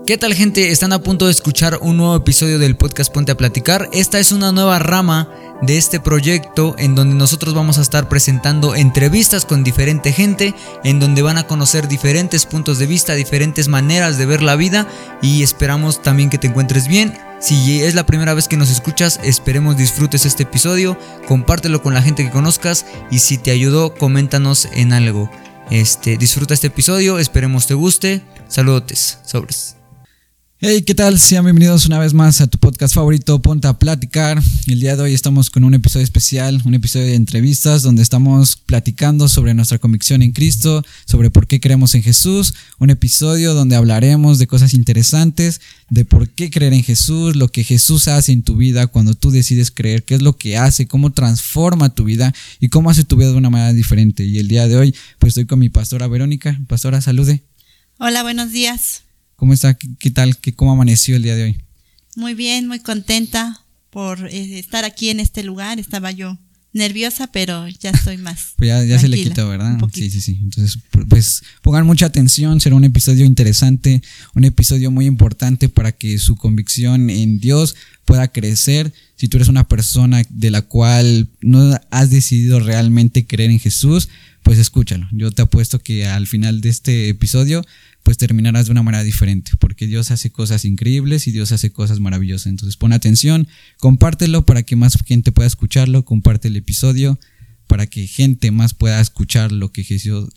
¿Qué tal, gente? Están a punto de escuchar un nuevo episodio del podcast Ponte a Platicar. Esta es una nueva rama de este proyecto en donde nosotros vamos a estar presentando entrevistas con diferente gente, en donde van a conocer diferentes puntos de vista, diferentes maneras de ver la vida, y esperamos también que te encuentres bien. Si es la primera vez que nos escuchas, esperemos disfrutes este episodio, compártelo con la gente que conozcas y si te ayudó, coméntanos en algo. Disfruta este episodio, esperemos te guste. Saludotes, sobres. Hey, ¿qué tal? Sean bienvenidos una vez más a tu podcast favorito, Ponte a Platicar. El día de hoy estamos con un episodio especial, un episodio de entrevistas donde estamos platicando sobre nuestra convicción en Cristo, sobre por qué creemos en Jesús. Un episodio donde hablaremos de cosas interesantes, de por qué creer en Jesús, lo que Jesús hace en tu vida cuando tú decides creer, qué es lo que hace, cómo transforma tu vida y cómo hace tu vida de una manera diferente. Y el día de hoy pues estoy con mi pastora Verónica. Pastora, salude. Hola, buenos días. ¿Cómo está? ¿Qué tal? ¿Cómo amaneció el día de hoy? Muy bien, muy contenta por estar aquí en este lugar. Estaba yo nerviosa, pero ya estoy más pues ya tranquila, se le quitó, ¿verdad? Sí. Entonces, pues pongan mucha atención, será un episodio interesante, un episodio muy importante para que su convicción en Dios pueda crecer. Si tú eres una persona de la cual no has decidido realmente creer en Jesús, pues escúchalo. Yo te apuesto que al final de este episodio pues terminarás de una manera diferente, porque Dios hace cosas increíbles y Dios hace cosas maravillosas. Entonces pon atención, compártelo para que más gente pueda escucharlo, comparte el episodio para que gente más pueda escuchar lo que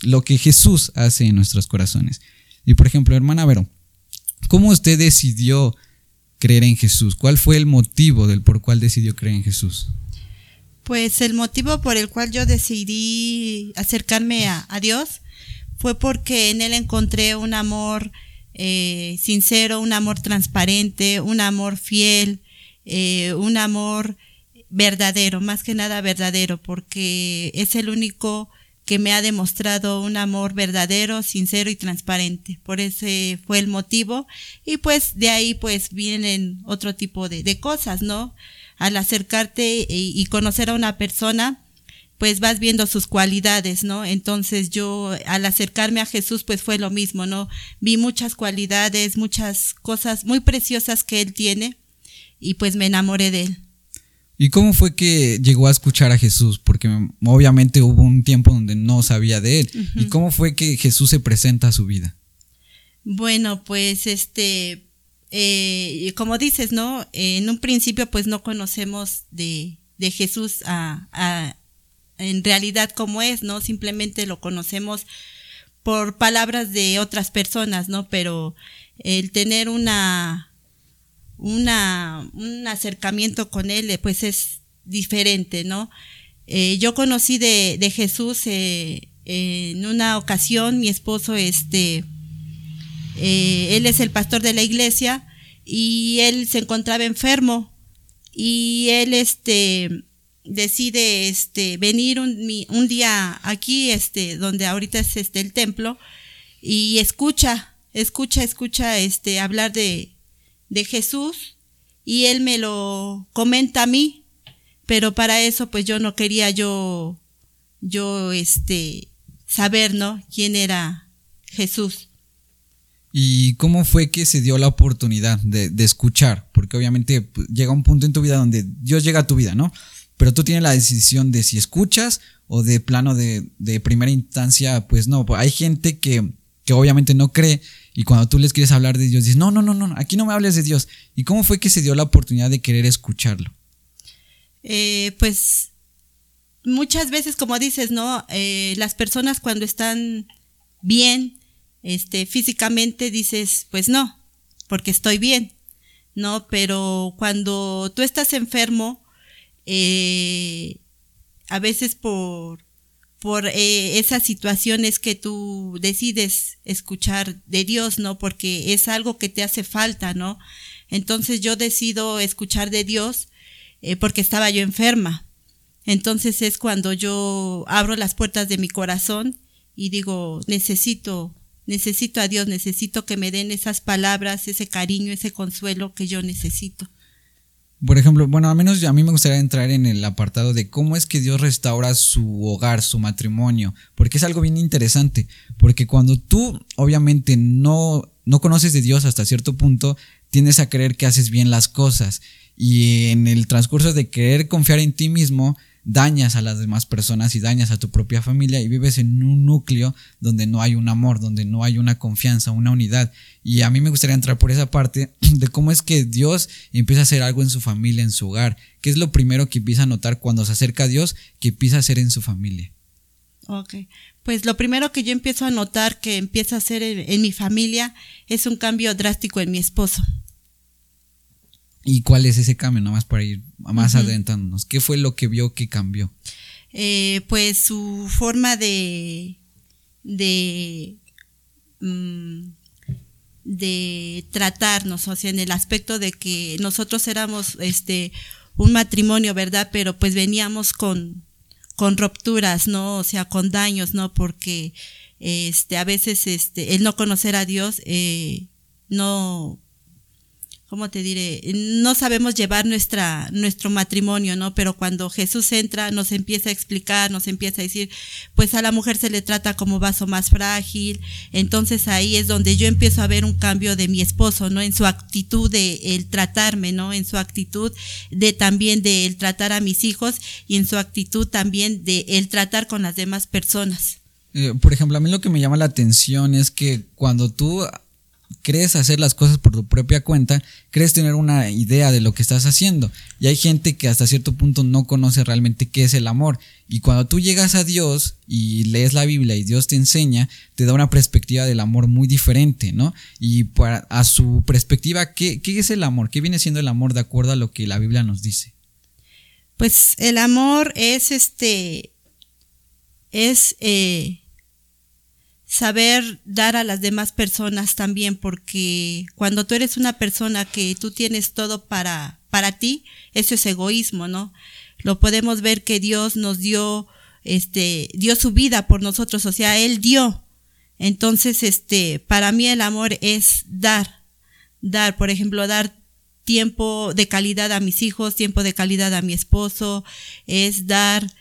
Jesús hace en nuestros corazones. Y por ejemplo, hermana Vero, ¿cómo usted decidió creer en Jesús? ¿Cuál fue el motivo por cual decidió creer en Jesús? Pues el motivo por el cual yo decidí acercarme a Dios fue porque en Él encontré un amor sincero, un amor transparente, un amor fiel, un amor verdadero, más que nada verdadero, porque es el único que me ha demostrado un amor verdadero, sincero y transparente. Por ese fue el motivo, y pues de ahí pues vienen otro tipo de cosas, ¿no? Al acercarte y conocer a una persona, pues vas viendo sus cualidades, ¿no? Entonces yo al acercarme a Jesús pues fue lo mismo, ¿no? Vi muchas cualidades, muchas cosas muy preciosas que Él tiene y pues me enamoré de Él. ¿Y cómo fue que llegó a escuchar a Jesús? Porque obviamente hubo un tiempo donde no sabía de Él. Uh-huh. ¿Y cómo fue que Jesús se presenta a su vida? Bueno, pues como dices, ¿no? En un principio pues no conocemos de Jesús en realidad cómo es, ¿no? Simplemente lo conocemos por palabras de otras personas, ¿no? Pero el tener un acercamiento con Él, pues es diferente, ¿no? Yo conocí de Jesús en una ocasión. Mi esposo, él es el pastor de la iglesia y él se encontraba enfermo y él, decide venir un día aquí, donde ahorita es el templo, y escucha hablar de Jesús, y él me lo comenta a mí, pero para eso pues yo no quería yo saber, ¿no? quién era Jesús. ¿Y cómo fue que se dio la oportunidad de escuchar? Porque obviamente pues, llega un punto en tu vida donde Dios llega a tu vida, ¿no? Pero tú tienes la decisión de si escuchas o de plano de primera instancia, pues no. Hay gente que obviamente no cree y cuando tú les quieres hablar de Dios, dices, no, aquí no me hables de Dios. ¿Y cómo fue que se dio la oportunidad de querer escucharlo? Pues muchas veces, como dices, ¿no? Las personas cuando están bien físicamente dices, pues no, porque estoy bien, ¿no? Pero cuando tú estás enfermo, a veces por esas situaciones que tú decides escuchar de Dios, ¿no? Porque es algo que te hace falta, ¿no? Entonces yo decido escuchar de Dios porque estaba yo enferma. Entonces es cuando yo abro las puertas de mi corazón y digo, necesito a Dios, necesito que me den esas palabras, ese cariño, ese consuelo que yo necesito. Por ejemplo, bueno, al menos a mí me gustaría entrar en el apartado de cómo es que Dios restaura su hogar, su matrimonio, porque es algo bien interesante, porque cuando tú obviamente no no conoces de Dios hasta cierto punto, tiendes a creer que haces bien las cosas. Y en el transcurso de querer confiar en ti mismo, dañas a las demás personas y dañas a tu propia familia y vives en un núcleo donde no hay un amor, donde no hay una confianza, una unidad. Y a mí me gustaría entrar por esa parte de cómo es que Dios empieza a hacer algo en su familia, en su hogar. ¿Qué es lo primero que empieza a notar cuando se acerca a Dios que empieza a hacer en su familia? Ok, pues lo primero que yo empiezo a notar que empieza a hacer en mi familia es un cambio drástico en mi esposo. ¿Y cuál es ese cambio? Nada más para ir más adentrándonos. ¿Qué fue lo que vio que cambió? Pues su forma de tratarnos, o sea, en el aspecto de que nosotros éramos un matrimonio, ¿verdad? Pero pues veníamos con rupturas, ¿no? O sea, con daños, ¿no? Porque a veces el no conocer a Dios no, ¿cómo te diré? No sabemos llevar nuestro matrimonio, ¿no? Pero cuando Jesús entra, nos empieza a explicar, nos empieza a decir, pues a la mujer se le trata como vaso más frágil. Entonces ahí es donde yo empiezo a ver un cambio de mi esposo, ¿no? En su actitud de el tratarme, ¿no? En su actitud de también de el tratar a mis hijos y en su actitud también de el tratar con las demás personas. Por ejemplo, a mí lo que me llama la atención es que cuando tú crees hacer las cosas por tu propia cuenta, crees tener una idea de lo que estás haciendo, y hay gente que hasta cierto punto no conoce realmente qué es el amor, y cuando tú llegas a Dios y lees la Biblia y Dios te enseña, te da una perspectiva del amor muy diferente, ¿no? Y a su perspectiva, ¿qué es el amor? ¿Qué viene siendo el amor de acuerdo a lo que la Biblia nos dice? Pues el amor es saber dar a las demás personas también, porque cuando tú eres una persona que tú tienes todo para ti, eso es egoísmo, ¿no? Lo podemos ver que Dios nos dio su vida por nosotros, o sea, Él dio. Entonces, para mí el amor es dar, por ejemplo, dar tiempo de calidad a mis hijos, tiempo de calidad a mi esposo, es dar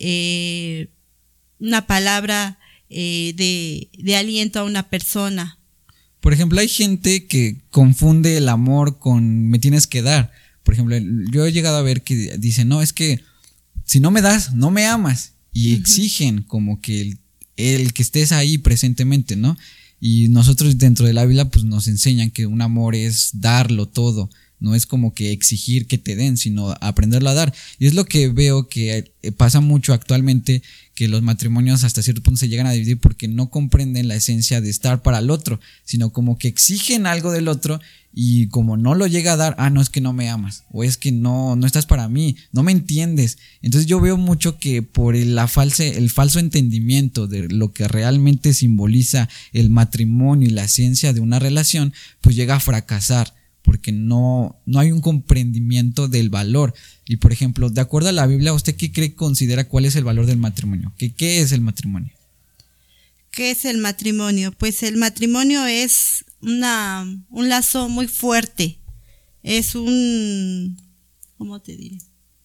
una palabra de aliento a una persona. Por ejemplo, hay gente que confunde el amor con me tienes que dar. Por ejemplo, yo he llegado a ver que dicen, no, es que si no me das, no me amas. Y exigen como que el que estés ahí presentemente, ¿no? Y nosotros dentro de la Biblia pues nos enseñan que un amor es darlo todo. No es como que exigir que te den, sino aprenderlo a dar. Y es lo que veo que pasa mucho actualmente, que los matrimonios hasta cierto punto se llegan a dividir porque no comprenden la esencia de estar para el otro, sino como que exigen algo del otro, y como no lo llega a dar, no, es que no me amas, o es que no estás para mí, no me entiendes. Entonces yo veo mucho que por el falso entendimiento de lo que realmente simboliza el matrimonio y la esencia de una relación, pues llega a fracasar, porque no hay un comprendimiento del valor. Y por ejemplo, de acuerdo a la Biblia, ¿usted qué considera cuál es el valor del matrimonio? ¿Qué es el matrimonio? ¿Qué es el matrimonio? Pues el matrimonio es un lazo muy fuerte. Es ¿cómo te diré?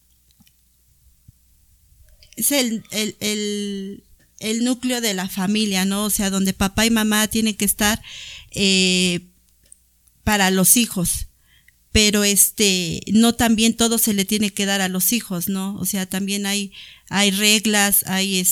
Es el núcleo de la familia, ¿no? O sea, donde papá y mamá tienen que estar para los hijos, pero no también todo se le tiene que dar a los hijos, ¿no? O sea, también hay reglas, hay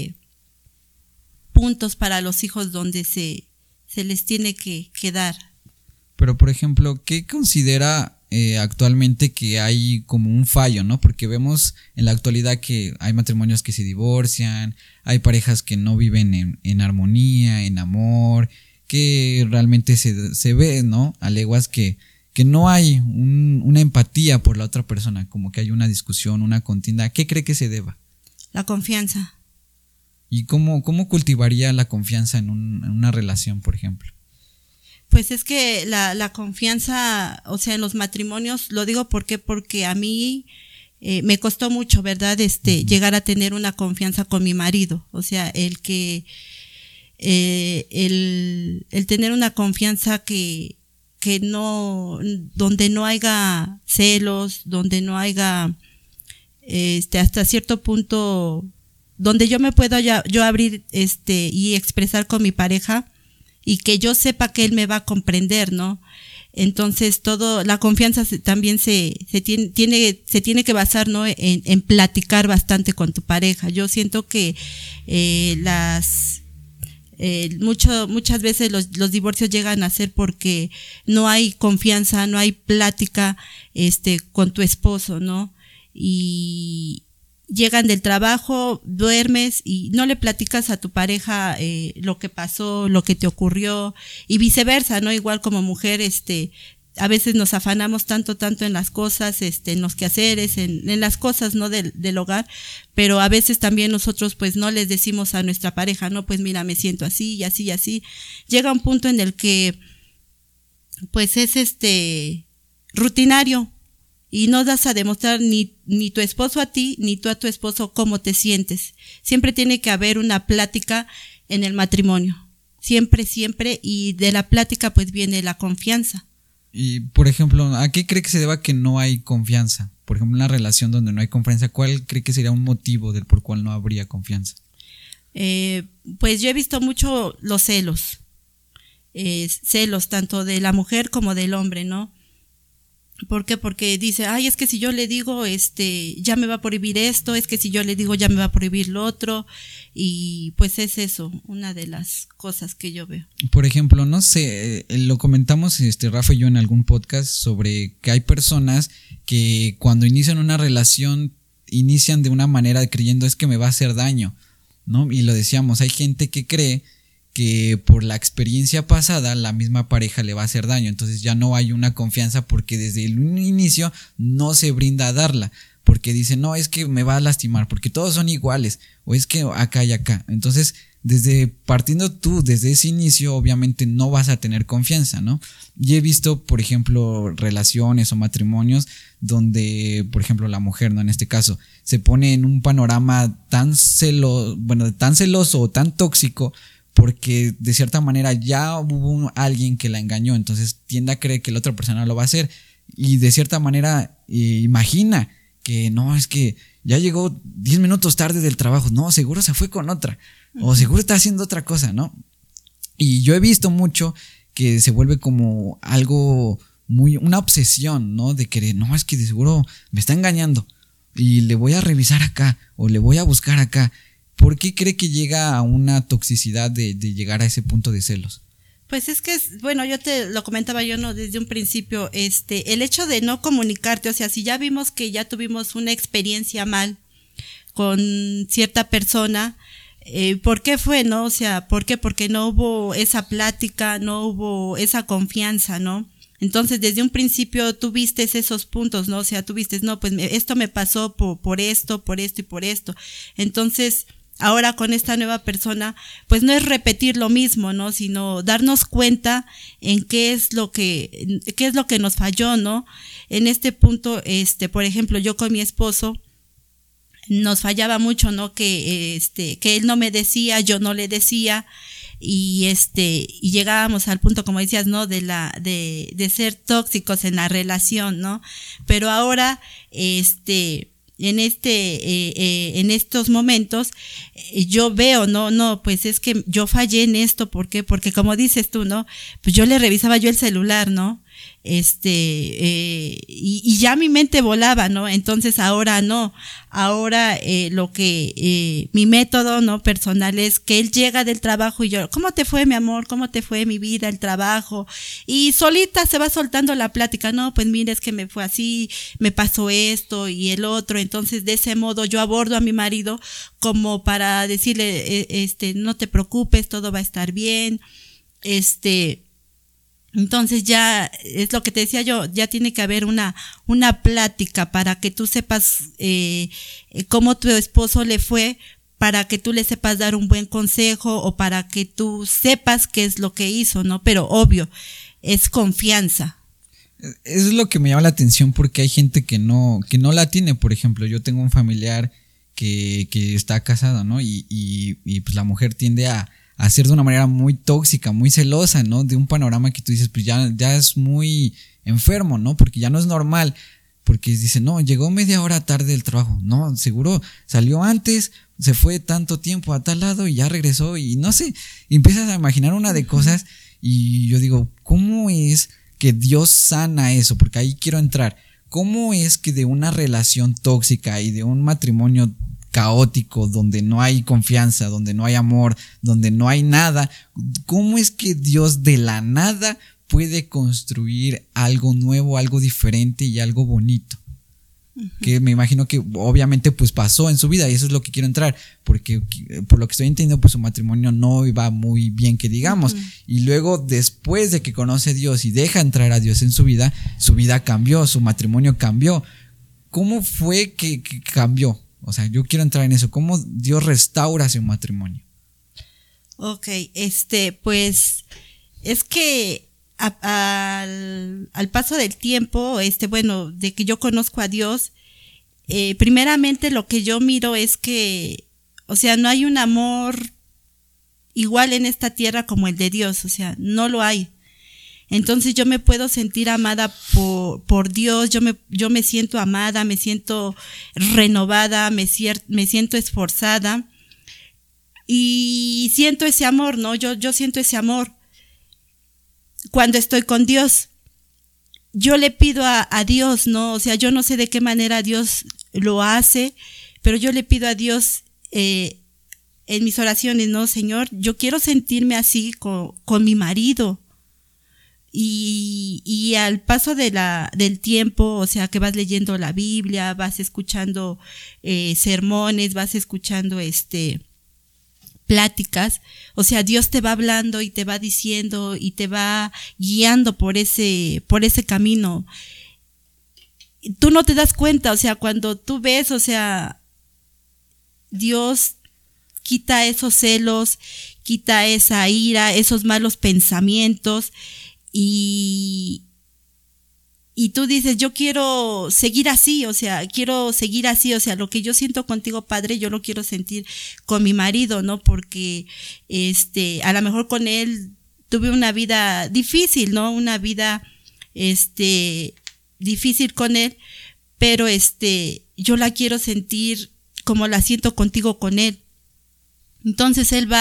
puntos para los hijos donde se les tiene que dar. Pero por ejemplo, ¿qué considera actualmente que hay como un fallo, ¿no? Porque vemos en la actualidad que hay matrimonios que se divorcian, hay parejas que no viven en armonía, en amor, que realmente se ve, ¿no? A leguas que no hay una empatía por la otra persona, como que hay una discusión, una contienda. ¿Qué cree que se deba? La confianza. ¿Y cómo cultivaría la confianza en una relación, por ejemplo? Pues es que la confianza, o sea, en los matrimonios, lo digo porque a mí me costó mucho, ¿verdad? Llegar a tener una confianza con mi marido, o sea, el tener una confianza que no, donde no haya celos, donde no haya hasta cierto punto donde yo me pueda yo abrir y expresar con mi pareja y que yo sepa que él me va a comprender, ¿no? Entonces la confianza también se tiene que basar, ¿no? en platicar bastante con tu pareja. Yo siento que muchas veces los divorcios llegan a ser porque no hay confianza, no hay plática con tu esposo, ¿no? Y llegan del trabajo, duermes y no le platicas a tu pareja lo que pasó, lo que te ocurrió, y viceversa, ¿no? Igual como mujer, a veces nos afanamos tanto en las cosas, en los quehaceres, en las cosas, ¿no? del hogar, pero a veces también nosotros pues no les decimos a nuestra pareja, no, pues mira, me siento así y así y así. Llega un punto en el que pues es rutinario y no das a demostrar ni tu esposo a ti, ni tú a tu esposo cómo te sientes. Siempre tiene que haber una plática en el matrimonio, siempre, y de la plática pues viene la confianza. Y, por ejemplo, ¿a qué cree que se deba que no hay confianza? Por ejemplo, una relación donde no hay confianza, ¿cuál cree que sería un motivo del por cual no habría confianza? Pues yo he visto mucho los celos tanto de la mujer como del hombre, ¿no? ¿Por qué? Porque dice, ay, es que si yo le digo, ya me va a prohibir esto, es que si yo le digo ya me va a prohibir lo otro, y pues es eso, una de las cosas que yo veo. Por ejemplo, no sé, lo comentamos Rafa y yo en algún podcast sobre que hay personas que cuando inician una relación inician de una manera creyendo es que me va a hacer daño, ¿no? Y lo decíamos, hay gente que cree que por la experiencia pasada la misma pareja le va a hacer daño, entonces ya no hay una confianza porque desde el inicio no se brinda a darla, porque dice no, es que me va a lastimar, porque todos son iguales, o es que acá y acá. Entonces partiendo tú desde ese inicio obviamente no vas a tener confianza, ¿no? Y he visto por ejemplo relaciones o matrimonios donde por ejemplo la mujer, ¿no? En este caso se pone en un panorama tan celoso o tan tóxico porque de cierta manera ya hubo alguien que la engañó, entonces tiende a creer que la otra persona lo va a hacer y de cierta manera imagina que no, es que ya llegó 10 minutos tarde del trabajo, no, seguro se fue con otra o seguro está haciendo otra cosa, ¿no? Y yo he visto mucho que se vuelve como algo una obsesión, ¿no? De querer, no, es que de seguro me está engañando y le voy a revisar acá o le voy a buscar acá. ¿Por qué cree que llega a una toxicidad de llegar a ese punto de celos? Pues es que, bueno, yo te lo comentaba yo, ¿no? Desde un principio, el hecho de no comunicarte, o sea, si ya vimos que ya tuvimos una experiencia mal con cierta persona, ¿por qué fue, no? O sea, ¿por qué? Porque no hubo esa plática, no hubo esa confianza, ¿no? Entonces, desde un principio tú vistes esos puntos, ¿no? O sea, tú vistes, no, pues esto me pasó por esto y por esto. Entonces, ahora con esta nueva persona, pues no es repetir lo mismo, ¿no? Sino darnos cuenta en qué es lo que nos falló, ¿no? En este punto, por ejemplo, yo con mi esposo nos fallaba mucho, ¿no? Que él no me decía, yo no le decía, y llegábamos al punto, como decías, ¿no? De ser tóxicos en la relación, ¿no? Pero ahora, en estos momentos yo veo, no, pues es que yo fallé en esto, ¿por qué? Porque como dices tú, ¿no? Pues yo le revisaba el celular, ¿no? Y ya mi mente volaba, ¿no? Entonces ahora no, ahora mi método, ¿no? Personal es que él llega del trabajo y yo, ¿cómo te fue, mi amor? ¿Cómo te fue mi vida, el trabajo? Y solita se va soltando la plática, no, pues mira, es que me fue así, me pasó esto y el otro. Entonces de ese modo yo abordo a mi marido como para decirle, no te preocupes, todo va a estar bien, entonces ya es lo que te decía yo, ya tiene que haber una plática para que tú sepas cómo tu esposo le fue, para que tú le sepas dar un buen consejo o para que tú sepas qué es lo que hizo, ¿no? Pero obvio, es confianza. Eso es lo que me llama la atención porque hay gente que no la tiene. Por ejemplo, yo tengo un familiar que está casado, ¿no? Y pues la mujer tiende a ser de una manera muy tóxica, muy celosa, ¿no? De un panorama que tú dices, pues ya es muy enfermo, ¿no? Porque ya no es normal. porque dice, no, llegó media hora tarde del trabajo, no, seguro salió antes, se fue tanto tiempo a tal lado y ya regresó y no sé, y empiezas a imaginar una de cosas y yo digo, ¿cómo es que Dios sana eso? Porque ahí quiero entrar. ¿Cómo es que de una relación tóxica y de un matrimonio caótico, donde no hay confianza, donde no hay amor, donde no hay nada, cómo es que Dios de la nada puede construir algo nuevo, algo diferente y algo bonito? Que me imagino que obviamente pues pasó en su vida y eso es lo que quiero entrar, porque por lo que estoy entendiendo pues su matrimonio no iba muy bien, que digamos, y luego después de que conoce a Dios y deja entrar a Dios en su vida cambió, su matrimonio cambió. ¿Cómo fue que cambió? O sea, yo quiero entrar en eso, ¿cómo Dios restaura su matrimonio? Ok, pues es que al paso del tiempo, bueno, de que yo conozco a Dios, primeramente lo que yo miro es que, o sea, no hay un amor igual en esta tierra como el de Dios, o sea, no lo hay. Entonces yo me puedo sentir amada por Dios, yo me siento amada, me siento renovada, me siento esforzada y siento ese amor, ¿no? Yo siento ese amor cuando estoy con Dios. Yo le pido a Dios, ¿no? O sea, yo no sé de qué manera Dios lo hace, pero yo le pido a Dios en mis oraciones, ¿no? Señor, yo quiero sentirme así con mi marido. Y al paso del tiempo, o sea, que vas leyendo la Biblia, vas escuchando sermones, vas escuchando pláticas, o sea, Dios te va hablando y te va diciendo y te va guiando por ese camino. Tú no te das cuenta, o sea, cuando tú ves, o sea, Dios quita esos celos, quita esa ira, esos malos pensamientos. Y tú dices, yo quiero seguir así, o sea, lo que yo siento contigo, Padre, yo lo quiero sentir con mi marido, ¿no? Porque a lo mejor con él tuve una vida difícil, ¿no? Una vida difícil con él, pero yo la quiero sentir como la siento contigo con él. Entonces él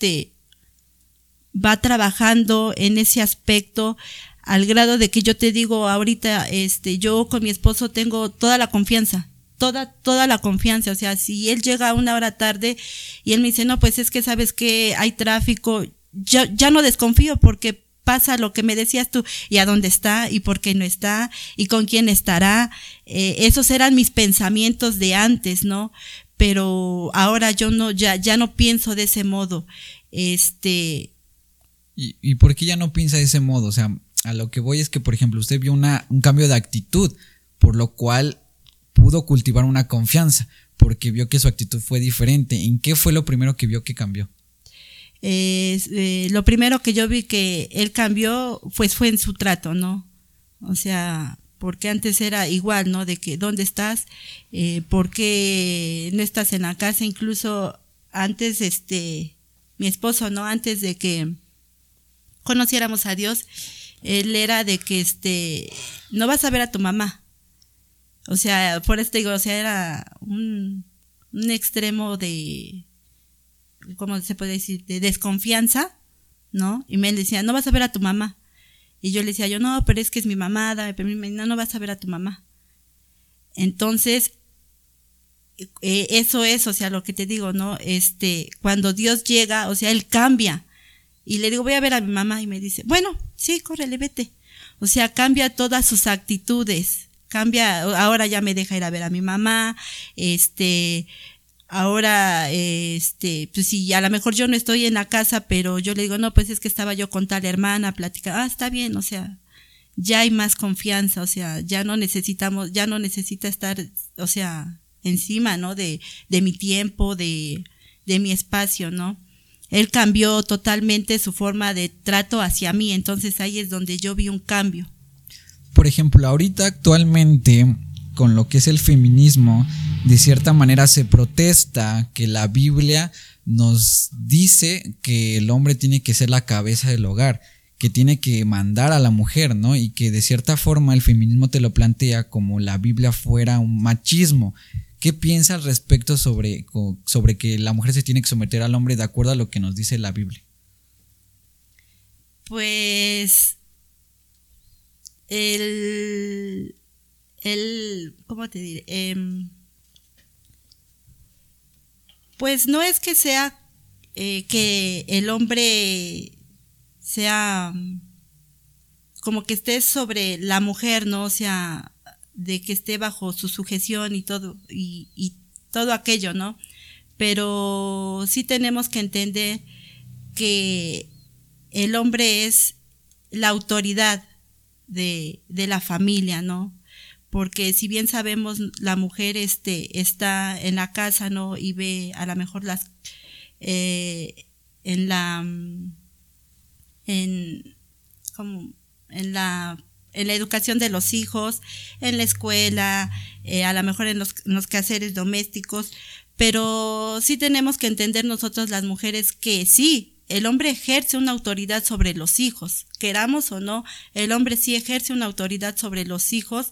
va trabajando en ese aspecto al grado de que yo te digo ahorita, yo con mi esposo tengo toda la confianza, toda la confianza. O sea, si él llega una hora tarde y él me dice, no, pues es que sabes que hay tráfico, ya no desconfío, porque pasa lo que me decías tú, y a dónde está, y por qué no está, y con quién estará. Esos eran mis pensamientos de antes, ¿no? Pero ahora yo ya no pienso de ese modo. ¿Y por qué ya no piensa de ese modo? O sea, a lo que voy es que, por ejemplo, usted vio un cambio de actitud, por lo cual pudo cultivar una confianza, porque vio que su actitud fue diferente. ¿En qué fue lo primero que vio que cambió? Lo primero que yo vi que él cambió, pues fue en su trato, ¿no? O sea, porque antes era igual, ¿no? De que, ¿dónde estás? ¿Por qué no estás en la casa? Incluso antes, mi esposo, ¿no? Antes de que conociéramos a Dios, él era de que no vas a ver a tu mamá. O sea, por esto digo, o sea, era un extremo de, ¿cómo se puede decir? De desconfianza, ¿no? Y me decía, no vas a ver a tu mamá. Y yo le decía, no, pero es que es mi mamá, dame permiso. No vas a ver a tu mamá. Entonces, eso es, o sea, lo que te digo, ¿no? Cuando Dios llega, o sea, él cambia. Y le digo, voy a ver a mi mamá, y me dice, bueno, sí, córrele, vete. O sea, cambia todas sus actitudes, ahora ya me deja ir a ver a mi mamá, ahora, pues sí, a lo mejor yo no estoy en la casa, pero yo le digo, no, pues es que estaba yo con tal hermana, platicando, está bien, o sea, ya hay más confianza, o sea, ya no necesita estar, o sea, encima, ¿no? De mi tiempo, de mi espacio, ¿no? Él cambió totalmente su forma de trato hacia mí, entonces ahí es donde yo vi un cambio. Por ejemplo, ahorita actualmente, con lo que es el feminismo, de cierta manera se protesta que la Biblia nos dice que el hombre tiene que ser la cabeza del hogar, que tiene que mandar a la mujer, ¿no? Y que de cierta forma el feminismo te lo plantea como la Biblia fuera un machismo. ¿Qué piensas al respecto sobre que la mujer se tiene que someter al hombre de acuerdo a lo que nos dice la Biblia? Pues ¿cómo te diré? Pues no es que sea que el hombre sea como que esté sobre la mujer, ¿no? O sea, de que esté bajo su sujeción y todo aquello, ¿no? Pero sí tenemos que entender que el hombre es la autoridad de la familia, ¿no? Porque si bien sabemos, la mujer está en la casa, ¿no? Y ve a lo mejor en la educación de los hijos, en la escuela, a lo mejor en los quehaceres domésticos, pero sí tenemos que entender nosotros las mujeres que sí, el hombre ejerce una autoridad sobre los hijos, queramos o no, el hombre sí ejerce una autoridad sobre los hijos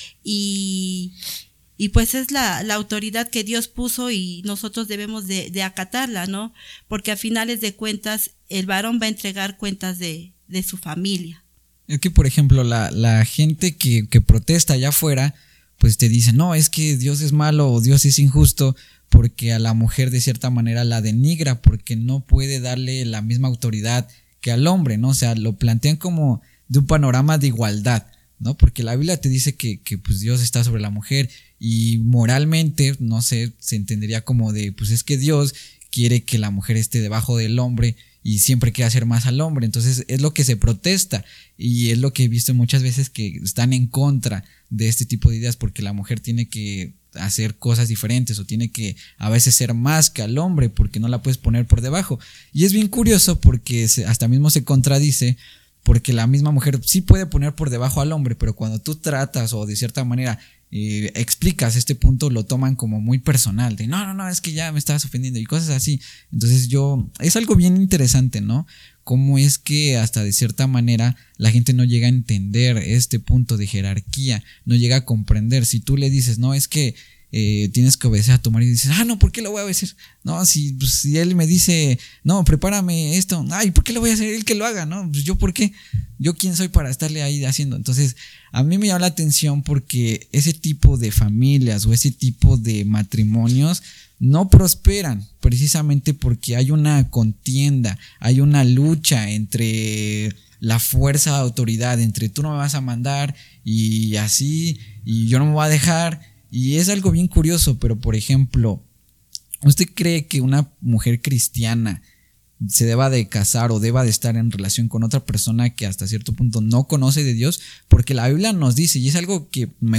y pues es la autoridad que Dios puso y nosotros debemos de acatarla, ¿no? Porque a finales de cuentas el varón va a entregar cuentas de su familia. Es que, por ejemplo, la gente que protesta allá afuera, pues te dice, no, es que Dios es malo o Dios es injusto, porque a la mujer de cierta manera la denigra, porque no puede darle la misma autoridad que al hombre, ¿no? O sea, lo plantean como de un panorama de igualdad, ¿no? Porque la Biblia te dice que pues Dios está sobre la mujer y moralmente, no sé, se entendería como de, pues es que Dios quiere que la mujer esté debajo del hombre y siempre quiere hacer más al hombre. Entonces es lo que se protesta y es lo que he visto muchas veces que están en contra de este tipo de ideas, porque la mujer tiene que hacer cosas diferentes o tiene que a veces ser más que al hombre porque no la puedes poner por debajo. Y es bien curioso porque hasta mismo se contradice, porque la misma mujer sí puede poner por debajo al hombre, pero cuando tú tratas o de cierta manera explicas este punto, lo toman como muy personal, de no, es que ya me estabas ofendiendo y cosas así. Entonces es algo bien interesante, ¿no? Cómo es que hasta de cierta manera la gente no llega a entender este punto de jerarquía, no llega a comprender. Si tú le dices, no, es que tienes que obedecer a tu marido y dices, no, ¿por qué lo voy a obedecer? No, si él me dice, no, prepárame esto, ay, ¿por qué lo voy a hacer? Él que lo haga, ¿no? Pues yo, ¿por qué? ¿Yo quién soy para estarle ahí haciendo? Entonces, a mí me llama la atención porque ese tipo de familias o ese tipo de matrimonios no prosperan precisamente porque hay una contienda, hay una lucha entre la fuerza de autoridad, entre tú no me vas a mandar y así, y yo no me voy a dejar. Y es algo bien curioso, pero por ejemplo, ¿usted cree que una mujer cristiana se deba de casar o deba de estar en relación con otra persona que hasta cierto punto no conoce de Dios? Porque la Biblia nos dice, y es algo que me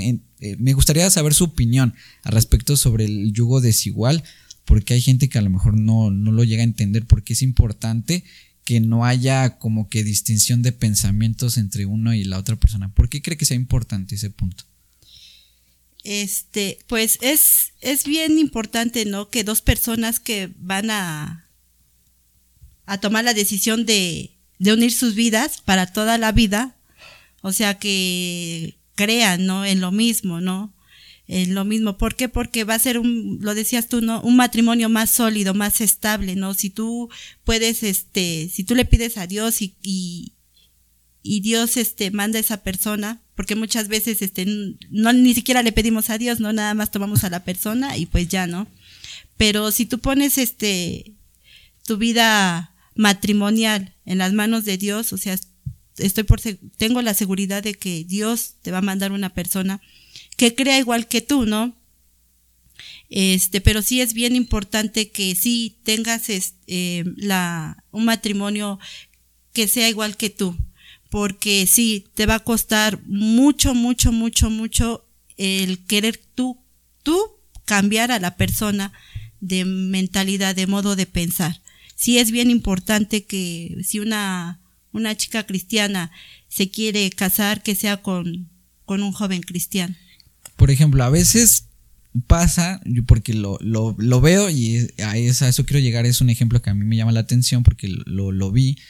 gustaría saber su opinión al respecto sobre el yugo desigual, porque hay gente que a lo mejor no lo llega a entender, porque es importante que no haya como que distinción de pensamientos entre uno y la otra persona. ¿Por qué cree que sea importante ese punto? Pues es bien importante, ¿no? Que dos personas que van a tomar la decisión de unir sus vidas para toda la vida, o sea, que crean, ¿no? En lo mismo, ¿no? En lo mismo. ¿Por qué? Porque va a ser lo decías tú, ¿no? Un matrimonio más sólido, más estable, ¿no? Si tú puedes, si tú le pides a Dios y Dios manda a esa persona, porque muchas veces no ni siquiera le pedimos a Dios, no, nada más tomamos a la persona y pues ya, ¿no? Pero si tú pones tu vida matrimonial en las manos de Dios, o sea, tengo la seguridad de que Dios te va a mandar una persona que crea igual que tú, ¿no? Pero sí es bien importante que sí tengas un matrimonio que sea igual que tú, porque sí, te va a costar mucho el querer tú cambiar a la persona de mentalidad, de modo de pensar. Sí es bien importante que si una chica cristiana se quiere casar, que sea con un joven cristiano. Por ejemplo, a veces pasa, porque lo veo y a eso quiero llegar, es un ejemplo que a mí me llama la atención porque lo vi,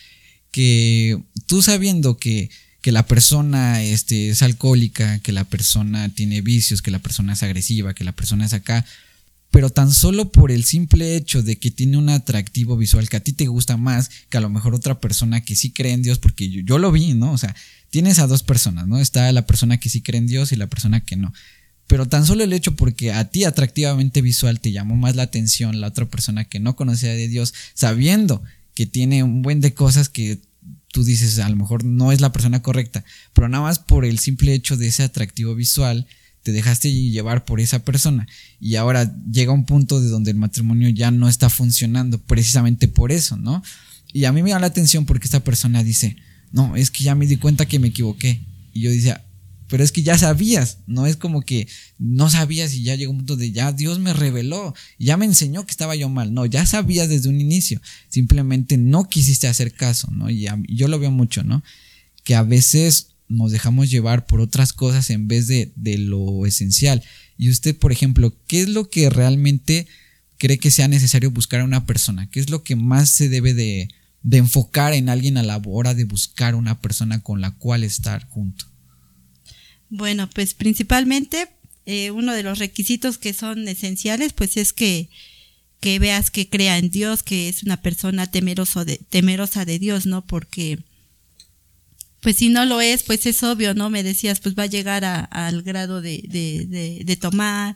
que tú sabiendo que la persona es alcohólica, que la persona tiene vicios, que la persona es agresiva, que la persona es acá, pero tan solo por el simple hecho de que tiene un atractivo visual que a ti te gusta más que a lo mejor otra persona que sí cree en Dios, porque yo lo vi, ¿no? O sea, tienes a dos personas, ¿no? Está la persona que sí cree en Dios y la persona que no. Pero tan solo el hecho porque a ti atractivamente visual te llamó más la atención la otra persona que no conocía de Dios, sabiendo que tiene un buen de cosas que tú dices a lo mejor no es la persona correcta, pero nada más por el simple hecho de ese atractivo visual te dejaste llevar por esa persona y ahora llega un punto de donde el matrimonio ya no está funcionando precisamente por eso, ¿no? Y a mí me llama la atención porque esta persona dice, no, es que ya me di cuenta que me equivoqué. Y yo decía, pero es que ya sabías, no es como que no sabías y ya llegó un punto de ya Dios me reveló, ya me enseñó que estaba yo mal. No, ya sabías desde un inicio, simplemente no quisiste hacer caso, ¿no? Y yo lo veo mucho, ¿no? Que a veces nos dejamos llevar por otras cosas en vez de lo esencial. Y usted, por ejemplo, ¿qué es lo que realmente cree que sea necesario buscar a una persona? ¿Qué es lo que más se debe de enfocar en alguien a la hora de buscar una persona con la cual estar junto? Bueno, pues principalmente uno de los requisitos que son esenciales pues es que veas que crea en Dios, que es una persona temerosa de Dios, ¿no? Porque pues si no lo es, pues es obvio, ¿no? Me decías, pues va a llegar al grado de tomar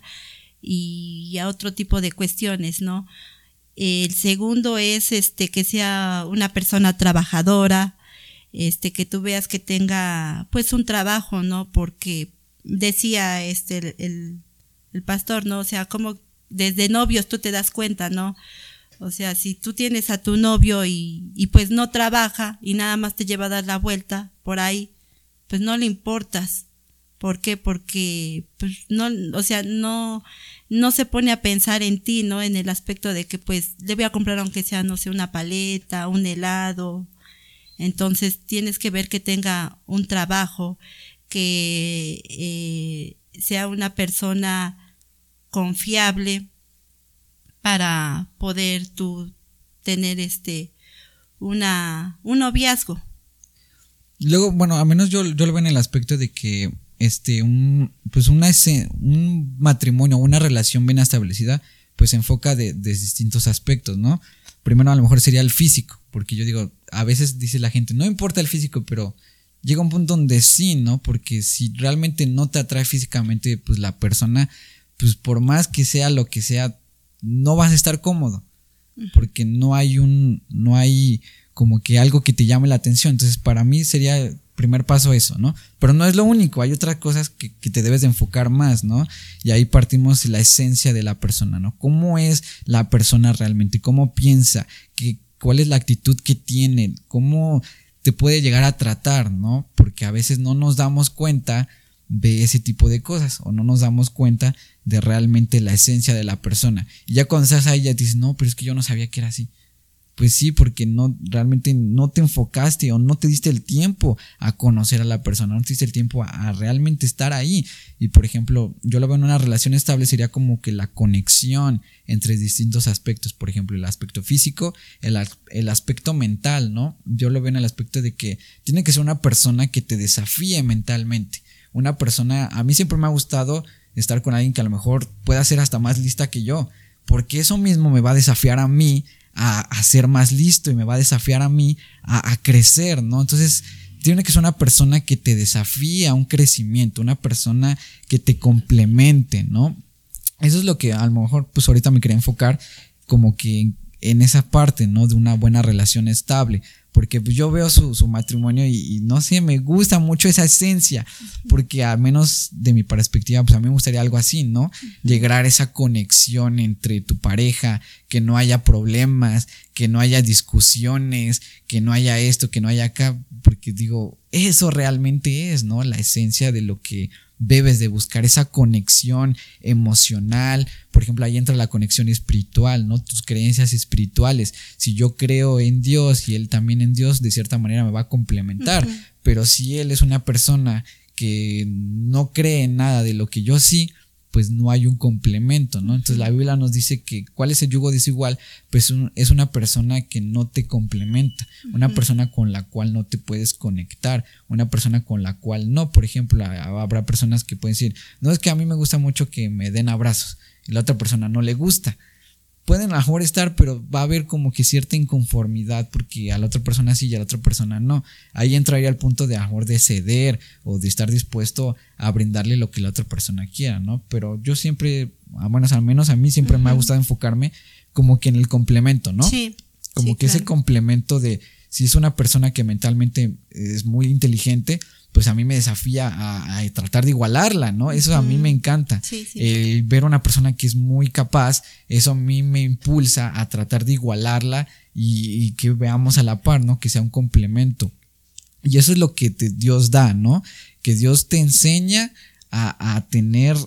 y a otro tipo de cuestiones, ¿no? El segundo es que sea una persona trabajadora, que tú veas que tenga pues un trabajo, ¿no? Porque decía el pastor, ¿no? O sea, como desde novios tú te das cuenta, ¿no? O sea, si tú tienes a tu novio y pues no trabaja y nada más te lleva a dar la vuelta por ahí, pues no le importas. ¿Por qué? Porque pues no, o sea, no se pone a pensar en ti, ¿no? En el aspecto de que pues le voy a comprar aunque sea, no sé, una paleta, un helado. Entonces tienes que ver que tenga un trabajo, que sea una persona confiable para poder tú tener un noviazgo. Luego, bueno, a menos yo lo veo en el aspecto de que un matrimonio, una relación bien establecida, pues se enfoca de distintos aspectos, ¿no? Primero a lo mejor sería el físico, porque yo digo, a veces dice la gente, no importa el físico, pero llega un punto donde sí, ¿no? Porque si realmente no te atrae físicamente, pues la persona, pues por más que sea lo que sea, no vas a estar cómodo, porque no hay como que algo que te llame la atención. Entonces para mí sería el primer paso eso, ¿no? Pero no es lo único, hay otras cosas que te debes de enfocar más, ¿no? Y ahí partimos de la esencia de la persona, ¿no? ¿Cómo es la persona realmente? ¿Cómo piensa? ¿Cuál es la actitud que tiene? ¿Cómo te puede llegar a tratar, ¿no? Porque a veces no nos damos cuenta de ese tipo de cosas o no nos damos cuenta de realmente la esencia de la persona. Y ya cuando estás ahí ya dices, no, pero es que yo no sabía que era así. Pues sí, porque realmente no te enfocaste o no te diste el tiempo a conocer a la persona, no te diste el tiempo a realmente estar ahí. Y por ejemplo, yo lo veo en una relación estable, sería como que la conexión entre distintos aspectos, por ejemplo, el aspecto físico, el aspecto mental, ¿no? Yo lo veo en el aspecto de que tiene que ser una persona que te desafíe mentalmente. Una persona, a mí siempre me ha gustado estar con alguien que a lo mejor pueda ser hasta más lista que yo, porque eso mismo me va a desafiar a mí a ser más listo y me va a desafiar a mí a crecer, ¿no? Entonces tiene que ser una persona que te desafíe a un crecimiento, una persona que te complemente, ¿no? Eso es lo que a lo mejor pues ahorita me quería enfocar como que en esa parte, ¿no? De una buena relación estable, porque pues yo veo su matrimonio y no sé, me gusta mucho esa esencia, porque al menos de mi perspectiva, pues a mí me gustaría algo así, ¿no? Llegar a esa conexión entre tu pareja, que no haya problemas, que no haya discusiones, que no haya esto, que no haya acá, porque digo, eso realmente es, ¿no? La esencia de lo que debes de buscar, esa conexión emocional. Por ejemplo, ahí entra la conexión espiritual, ¿no? Tus creencias espirituales. Si yo creo en Dios y él también en Dios, de cierta manera me va a complementar. Pero si él es una persona que no cree en nada de lo que yo sí, pues no hay un complemento, ¿no? Entonces la Biblia nos dice que ¿cuál es el yugo desigual? Pues es una persona que no te complementa, una persona con la cual no te puedes conectar, una persona con la cual no. Por ejemplo, habrá personas que pueden decir, no, es que a mí me gusta mucho que me den abrazos y la otra persona no le gusta. Pueden a lo mejor estar, pero va a haber como que cierta inconformidad porque a la otra persona sí y a la otra persona no. Ahí entraría el punto de a lo mejor de ceder o de estar dispuesto a brindarle lo que la otra persona quiera, ¿no? Pero yo siempre, bueno, al menos a mí siempre me ha gustado enfocarme como que en el complemento, ¿no? Sí. Como sí, que claro. ese complemento de si es una persona que mentalmente es muy inteligente, pues a mí me desafía a tratar de igualarla, ¿no? Eso a mí me encanta. Sí, sí. El ver a una persona que es muy capaz, eso a mí me impulsa a tratar de igualarla y que veamos a la par, ¿no? Que sea un complemento. Y eso es lo que Dios da, ¿no? Que Dios te enseña a tener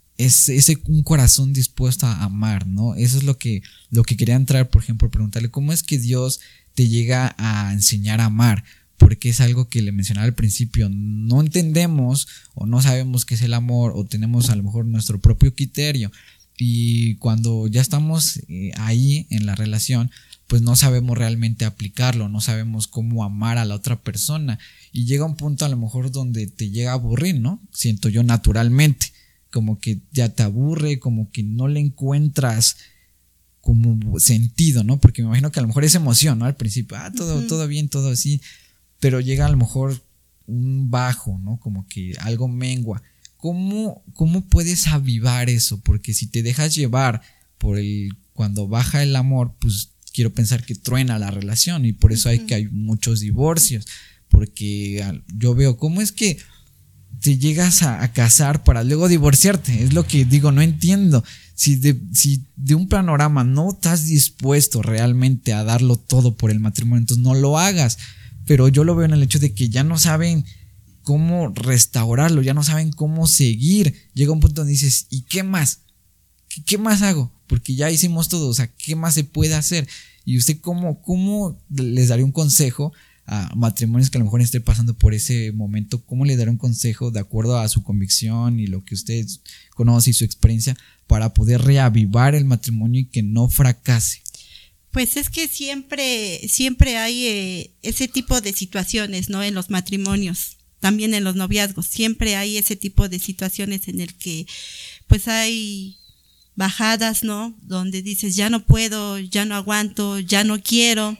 un corazón dispuesto a amar, ¿no? Eso es lo que quería entrar, por ejemplo, preguntarle, ¿cómo es que Dios te llega a enseñar a amar? Porque es algo que le mencionaba al principio, no entendemos o no sabemos qué es el amor o tenemos a lo mejor nuestro propio criterio y cuando ya estamos ahí en la relación, pues no sabemos realmente aplicarlo, no sabemos cómo amar a la otra persona y llega un punto a lo mejor donde te llega a aburrir, ¿no? Siento yo naturalmente, como que ya te aburre, como que no le encuentras como sentido, ¿no? Porque me imagino que a lo mejor es emoción, ¿no? Al principio, todo bien, todo así, pero llega a lo mejor un bajo, ¿no? Como que algo mengua. ¿Cómo puedes avivar eso? Porque si te dejas llevar cuando baja el amor, pues quiero pensar que truena la relación y por eso hay muchos divorcios, porque yo veo cómo es que te llegas a casar para luego divorciarte, es lo que digo, no entiendo. Si de un panorama no estás dispuesto realmente a darlo todo por el matrimonio, entonces no lo hagas. Pero yo lo veo en el hecho de que ya no saben cómo restaurarlo, ya no saben cómo seguir. Llega un punto donde dices, ¿y qué más? ¿Qué más hago? Porque ya hicimos todo, o sea, ¿qué más se puede hacer? Y usted, ¿cómo les daría un consejo a matrimonios que a lo mejor estén pasando por ese momento? ¿Cómo le daría un consejo de acuerdo a su convicción y lo que usted conoce y su experiencia para poder reavivar el matrimonio y que no fracase? Pues es que siempre hay ese tipo de situaciones, ¿no? En los matrimonios, también en los noviazgos, siempre hay ese tipo de situaciones en el que pues hay bajadas, ¿no? Donde dices, ya no puedo, ya no aguanto, ya no quiero,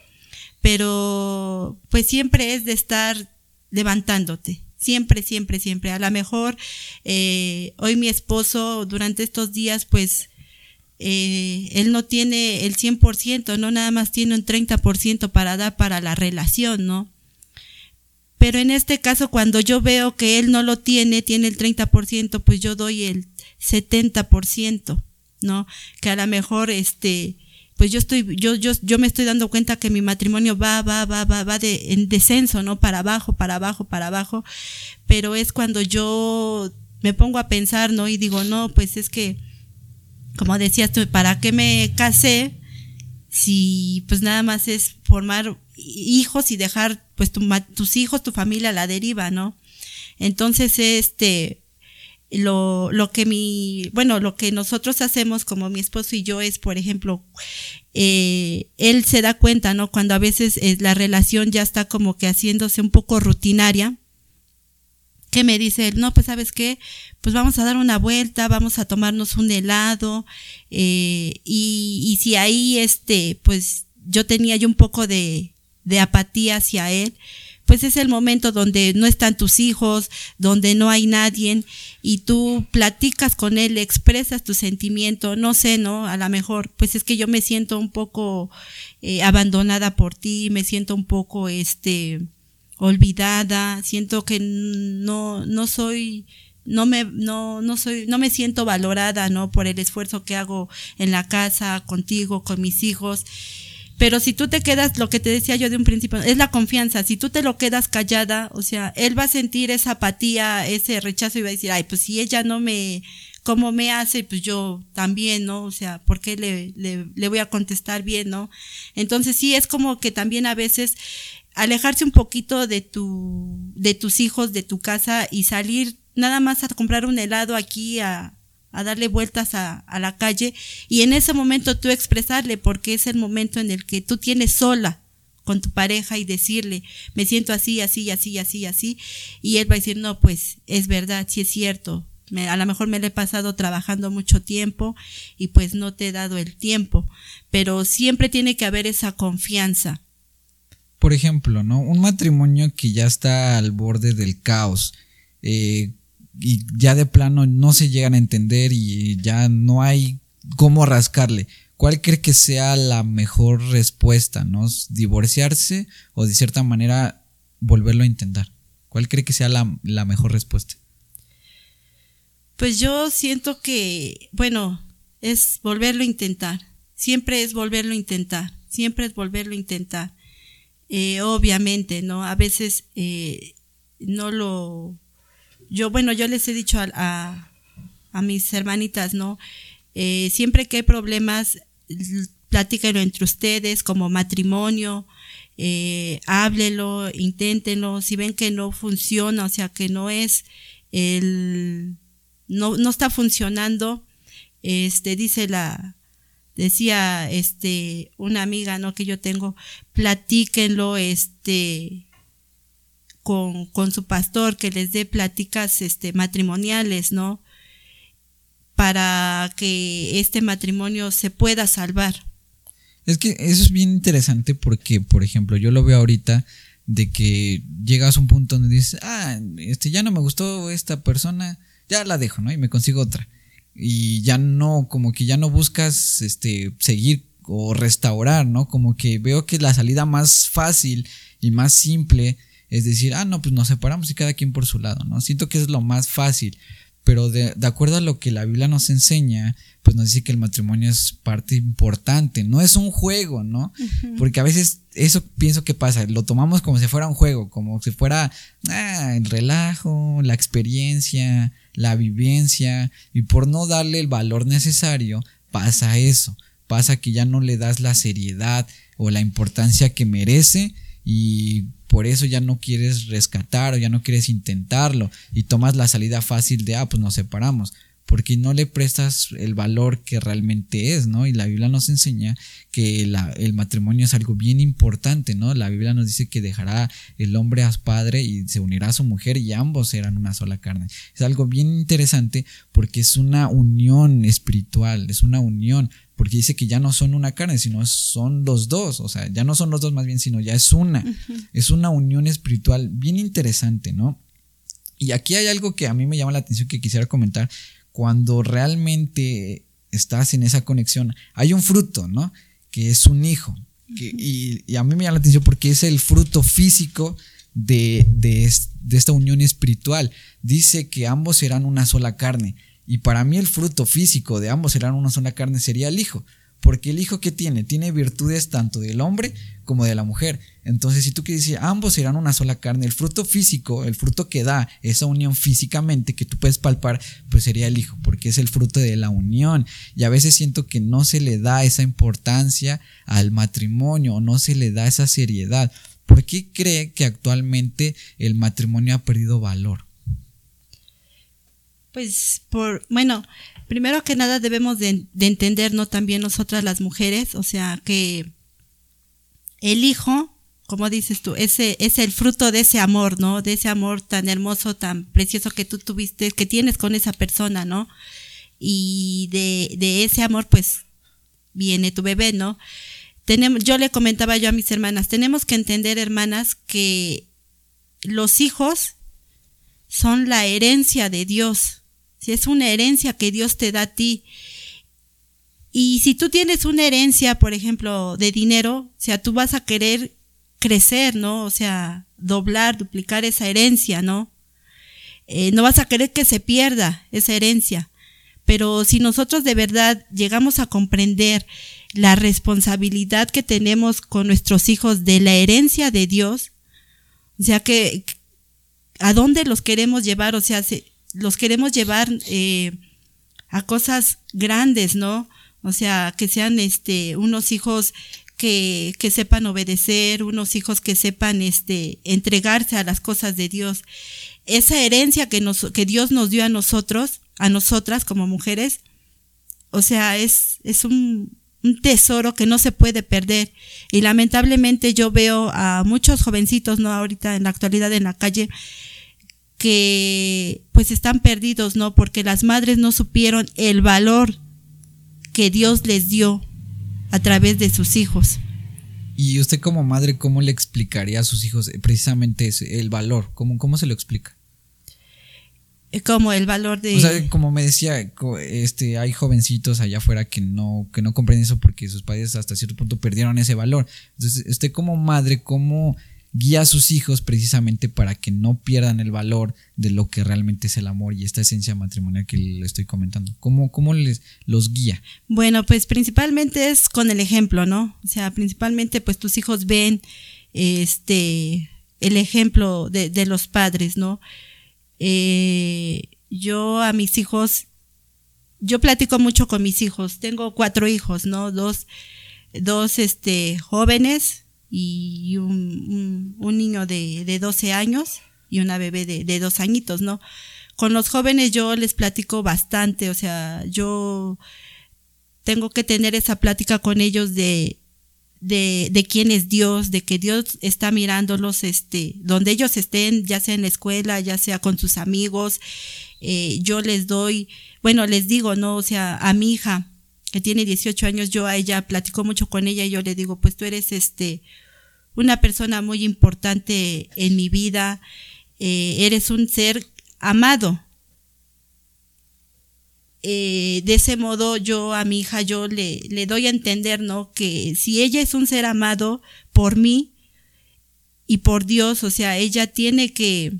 pero pues siempre es de estar levantándote. Siempre. A lo mejor hoy mi esposo durante estos días pues él no tiene el 100%, no nada más tiene un 30% para dar para la relación, ¿no? Pero en este caso cuando yo veo que él no lo tiene el 30%, pues yo doy el 70%, ¿no? Que a lo mejor pues yo me estoy dando cuenta que mi matrimonio va en descenso, ¿no? Para abajo, pero es cuando yo me pongo a pensar, ¿no? Y digo, no, pues es que como decías tú, ¿para qué me casé? Si pues nada más es formar hijos y dejar pues tus hijos, tu familia a la deriva, ¿no? Entonces lo que nosotros hacemos como mi esposo y yo es, por ejemplo, él se da cuenta, ¿no? Cuando a veces la relación ya está como que haciéndose un poco rutinaria, que me dice él, no, pues ¿sabes qué? Pues vamos a dar una vuelta, vamos a tomarnos un helado, y si ahí pues yo tenía un poco de apatía hacia él, pues es el momento donde no están tus hijos, donde no hay nadie, y tú platicas con él, le expresas tu sentimiento, no sé, ¿no? A lo mejor, pues es que yo me siento un poco abandonada por ti, me siento un poco olvidada, siento que no me siento valorada, ¿no? Por el esfuerzo que hago en la casa, contigo, con mis hijos. Pero si tú te quedas, lo que te decía yo de un principio, es la confianza. Si tú te lo quedas callada, o sea, él va a sentir esa apatía, ese rechazo y va a decir, ay, pues si ella no como me hace, pues yo también, ¿no? O sea, ¿por qué le voy a contestar bien, no? Entonces sí, es como que también a veces alejarse un poquito de tus hijos, de tu casa y salir nada más a comprar un helado aquí a a darle vueltas a la calle y en ese momento tú expresarle, porque es el momento en el que tú tienes sola con tu pareja y decirle, me siento así, así, así, así, así, y él va a decir, no, pues es verdad, sí es cierto, a lo mejor me lo he pasado trabajando mucho tiempo y pues no te he dado el tiempo, pero siempre tiene que haber esa confianza. Por ejemplo, ¿no? Un matrimonio que ya está al borde del caos, y ya de plano no se llegan a entender y ya no hay cómo rascarle. ¿Cuál cree que sea la mejor respuesta, ¿no? ¿Divorciarse o de cierta manera volverlo a intentar? ¿Cuál cree que sea la mejor respuesta? Pues yo siento que, bueno, es volverlo a intentar. Siempre es volverlo a intentar. Siempre es volverlo a intentar. Obviamente, ¿no? A veces no lo... Yo les he dicho a mis hermanitas, ¿no? Siempre que hay problemas, platíquenlo entre ustedes como matrimonio, háblenlo, inténtenlo. Si ven que no funciona, o sea, que no es no está funcionando, decía una amiga, ¿no? Que yo tengo, platíquenlo, con su pastor, que les dé pláticas, matrimoniales, ¿no? Para que este matrimonio se pueda salvar. Es que eso es bien interesante porque, por ejemplo, yo lo veo ahorita de que llegas a un punto donde dices, ya no me gustó esta persona, ya la dejo, ¿no? Y me consigo otra. Y ya no, como que ya no buscas seguir o restaurar, ¿no? Como que veo que la salida más fácil y más simple es decir, no, pues nos separamos y cada quien por su lado, ¿no? Siento que es lo más fácil, pero de acuerdo a lo que la Biblia nos enseña, pues nos dice que el matrimonio es parte importante, no es un juego, ¿no? Uh-huh. Porque a veces eso pienso que pasa, lo tomamos como si fuera un juego, como si fuera el relajo, la experiencia, la vivencia, y por no darle el valor necesario, pasa eso, pasa que ya no le das la seriedad o la importancia que merece y por eso ya no quieres rescatar o ya no quieres intentarlo y tomas la salida fácil de pues nos separamos, porque no le prestas el valor que realmente es, ¿no? Y la Biblia nos enseña que el matrimonio es algo bien importante, ¿no? La Biblia nos dice que dejará el hombre a su padre y se unirá a su mujer y ambos serán una sola carne. Es algo bien interesante porque es una unión espiritual, es una unión, porque dice que ya no son una carne, sino son los dos, o sea, ya no son los dos más bien, sino ya es una, uh-huh. Es una unión espiritual bien interesante, ¿no? Y aquí hay algo que a mí me llama la atención que quisiera comentar. Cuando realmente estás en esa conexión, hay un fruto, ¿no? Que es un hijo. Y a mí me llama la atención porque es el fruto físico de esta unión espiritual. Dice que ambos serán una sola carne. Y para mí el fruto físico de ambos serán una sola carne sería el hijo. Porque el hijo que tiene virtudes tanto del hombre como de la mujer. Entonces si tú quieres decir ambos serán una sola carne, el fruto físico, el fruto que da esa unión físicamente que tú puedes palpar, pues sería el hijo, porque es el fruto de la unión. Y a veces siento que no se le da esa importancia al matrimonio, o no se le da esa seriedad. ¿Por qué cree que actualmente el matrimonio ha perdido valor? Pues primero que nada debemos de entender, ¿no? También nosotras las mujeres, o sea que el hijo, como dices tú, es el fruto de ese amor, ¿no? De ese amor tan hermoso, tan precioso que tú tuviste, que tienes con esa persona, ¿no? Y de ese amor, pues, viene tu bebé, ¿no? Yo le comentaba a mis hermanas, tenemos que entender, hermanas, que los hijos son la herencia de Dios. Si es una herencia que Dios te da a ti. Y si tú tienes una herencia, por ejemplo, de dinero, o sea, tú vas a querer crecer, ¿no? O sea, duplicar esa herencia, ¿no? No vas a querer que se pierda esa herencia. Pero si nosotros de verdad llegamos a comprender la responsabilidad que tenemos con nuestros hijos de la herencia de Dios, o sea, que ¿a dónde los queremos llevar? O sea, los queremos llevar a cosas grandes, ¿no? O sea, que sean unos hijos que sepan obedecer, unos hijos que sepan entregarse a las cosas de Dios. Esa herencia que Dios nos dio a nosotros, a nosotras como mujeres, o sea, es un tesoro que no se puede perder. Y lamentablemente yo veo a muchos jovencitos, ¿no? Ahorita en la actualidad en la calle, que pues están perdidos, ¿no? Porque las madres no supieron el valor que Dios les dio a través de sus hijos. Y usted como madre, ¿cómo le explicaría a sus hijos precisamente ese, el valor? ¿Cómo se lo explica? Como el valor de... O sea, como me decía, hay jovencitos allá afuera que no comprenden eso porque sus padres hasta cierto punto perdieron ese valor. Entonces, usted como madre, ¿cómo guía a sus hijos precisamente para que no pierdan el valor de lo que realmente es el amor y esta esencia matrimonial que le estoy comentando? ¿Cómo los guía? Bueno, pues principalmente es con el ejemplo, ¿no? O sea, principalmente pues tus hijos ven el ejemplo de los padres, ¿no? Yo a mis hijos, yo platico mucho con mis hijos. Tengo 4 hijos, ¿no? Dos jóvenes y un niño de 12 años y una bebé de 2 añitos, ¿no? Con los jóvenes yo les platico bastante, o sea, yo tengo que tener esa plática con ellos de quién es Dios, de que Dios está mirándolos, donde ellos estén, ya sea en la escuela, ya sea con sus amigos. Yo les digo, ¿no? O sea, a mi hija, que tiene 18 años, yo a ella platico mucho con ella y yo le digo, pues tú eres una persona muy importante en mi vida, eres un ser amado. De ese modo yo a mi hija yo le doy a entender, ¿no? Que si ella es un ser amado por mí y por Dios, o sea, ella tiene que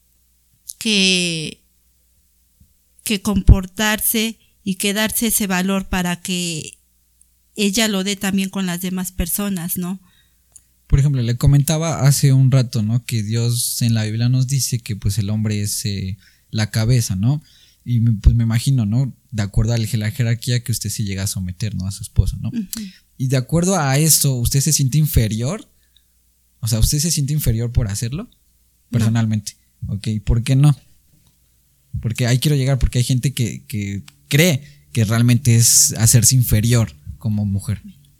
comportarse y que darse ese valor para que ella lo dé también con las demás personas, ¿no? Por ejemplo, le comentaba hace un rato, ¿no? Que Dios en la Biblia nos dice que pues el hombre es la cabeza, ¿no? Y pues me imagino, ¿no? De acuerdo a la jerarquía que usted se llega a someter, ¿no? A su esposo, ¿no? Uh-huh. Y de acuerdo a eso, ¿usted se siente inferior? O sea, ¿usted se siente inferior por hacerlo? Personalmente. No. Ok, ¿por qué no? Porque ahí quiero llegar, porque hay gente que cree que realmente es hacerse inferior como mujer.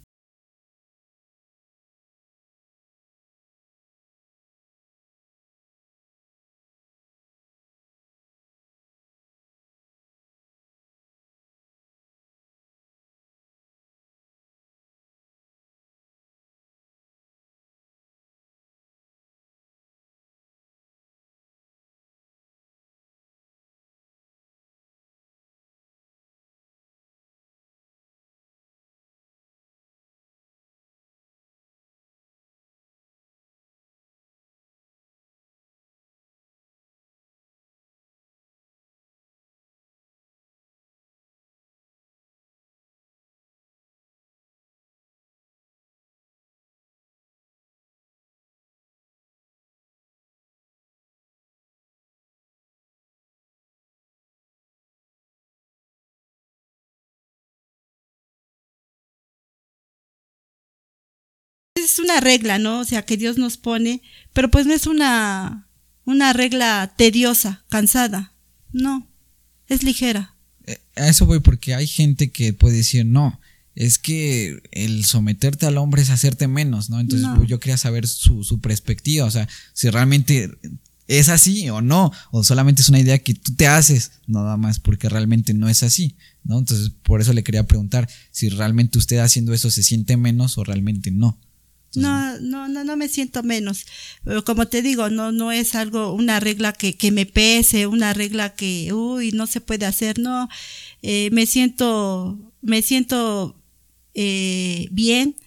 Es una regla, ¿no? O sea, que Dios nos pone, pero pues no es una regla tediosa, cansada. No, es ligera. A eso voy, porque hay gente que puede decir, no, es que el someterte al hombre es hacerte menos, ¿no? Entonces no. Yo quería saber su perspectiva, o sea, si realmente es así o no, o solamente es una idea que tú te haces, nada más, porque realmente no es así, ¿no? Entonces, por eso le quería preguntar si realmente usted haciendo eso se siente menos o realmente no. No me siento menos. Pero como te digo, no es algo, una regla que me pese, una regla que, no se puede hacer, no. Me siento bien,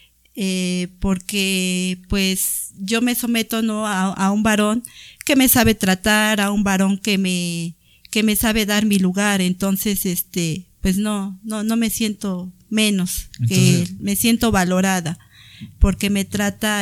porque pues yo me someto, ¿no? a un varón que me sabe tratar, a un varón que me sabe dar mi lugar. Entonces, pues no me siento menos. Entonces, que me siento valorada. Porque me trata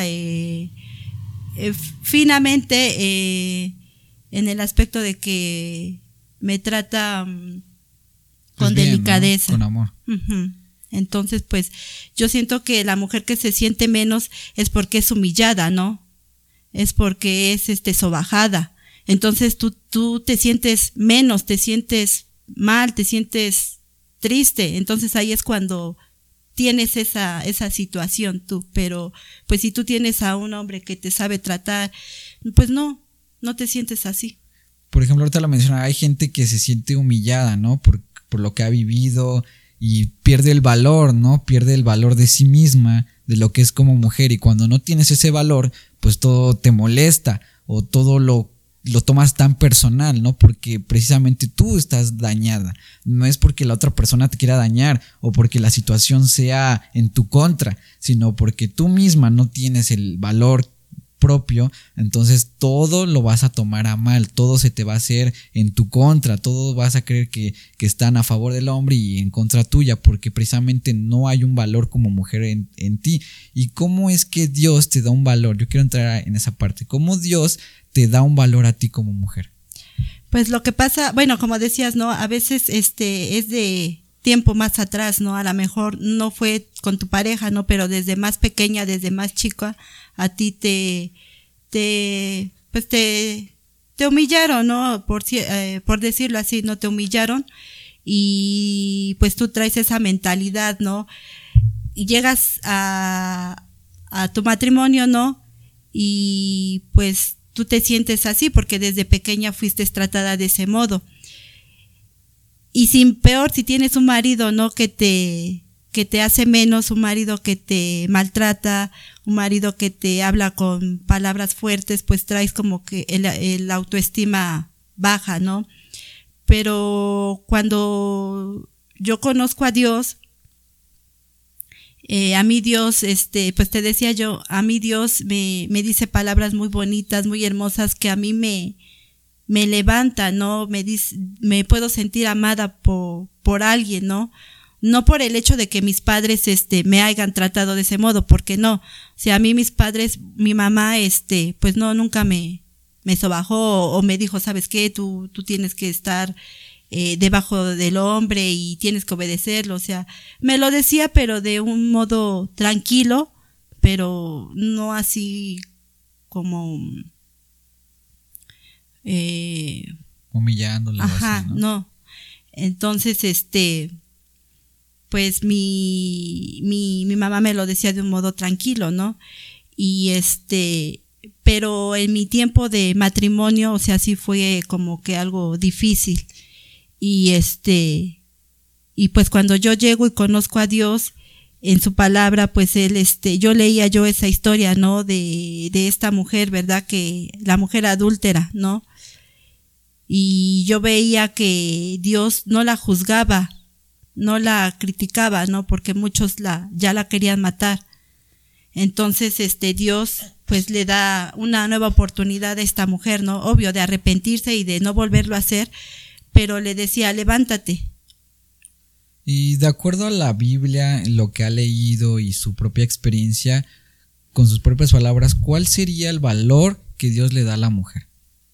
finamente en el aspecto de que me trata con bien, delicadeza, ¿no? Con amor. Uh-huh. Entonces, pues yo siento que la mujer que se siente menos es porque es humillada, ¿no? Es porque es sobajada. Entonces tú te sientes menos, te sientes mal, te sientes triste, entonces ahí es cuando tienes esa situación tú, pero pues si tú tienes a un hombre que te sabe tratar, pues no te sientes así. Por ejemplo, ahorita lo mencionaba, hay gente que se siente humillada, ¿no? Por lo que ha vivido y pierde el valor, ¿no? Pierde el valor de sí misma, de lo que es como mujer, y cuando no tienes ese valor, pues todo te molesta o todo lo tomas tan personal, ¿no? Porque precisamente tú estás dañada. No es porque la otra persona te quiera dañar o porque la situación sea en tu contra, sino porque tú misma no tienes el valor propio, entonces todo lo vas a tomar a mal, todo se te va a hacer en tu contra, todo vas a creer que están a favor del hombre y en contra tuya, porque precisamente no hay un valor como mujer en ti. ¿Y cómo es que Dios te da un valor? Yo quiero entrar en esa parte. ¿Cómo Dios te da un valor a ti como mujer? Pues lo que pasa, bueno, como decías, ¿no? A veces es de tiempo más atrás, ¿no? A lo mejor no fue con tu pareja, ¿no? Pero desde más pequeña, desde más chica, a ti te humillaron, ¿no? Por decirlo así, ¿no? Te humillaron y pues tú traes esa mentalidad, ¿no? Y llegas a tu matrimonio, ¿no? Y pues tú te sientes así porque desde pequeña fuiste tratada de ese modo. Y sin peor, si tienes un marido, ¿no? Que te hace menos, un marido que te maltrata, un marido que te habla con palabras fuertes, pues traes como que el autoestima baja, ¿no? Pero cuando yo conozco a Dios, a mí Dios, pues te decía yo, a mí Dios me dice palabras muy bonitas, muy hermosas que a mí me levanta, ¿no? Me puedo sentir amada por alguien, ¿no? No por el hecho de que mis padres me hayan tratado de ese modo, porque no. O sea, a mí mis padres, mi mamá, pues no, nunca me sobajó o me dijo, ¿sabes qué? Tú tienes que estar debajo del hombre y tienes que obedecerlo. O sea, me lo decía, pero de un modo tranquilo, pero no así como humillándola. Ajá, así, ¿no? no. Entonces, pues mi mamá me lo decía de un modo tranquilo, ¿no? Y pero en mi tiempo de matrimonio, o sea, sí fue como que algo difícil. Y y pues cuando yo llego y conozco a Dios en su palabra, pues él, yo leía esa historia, ¿no? De esta mujer, ¿verdad? Que la mujer adúltera, ¿no? Y yo veía que Dios no la juzgaba, no la criticaba, ¿no? Porque muchos ya la querían matar. Entonces, Dios pues le da una nueva oportunidad a esta mujer, ¿no? Obvio, de arrepentirse y de no volverlo a hacer, pero le decía, levántate. Y de acuerdo a la Biblia, lo que ha leído y su propia experiencia, con sus propias palabras, ¿cuál sería el valor que Dios le da a la mujer?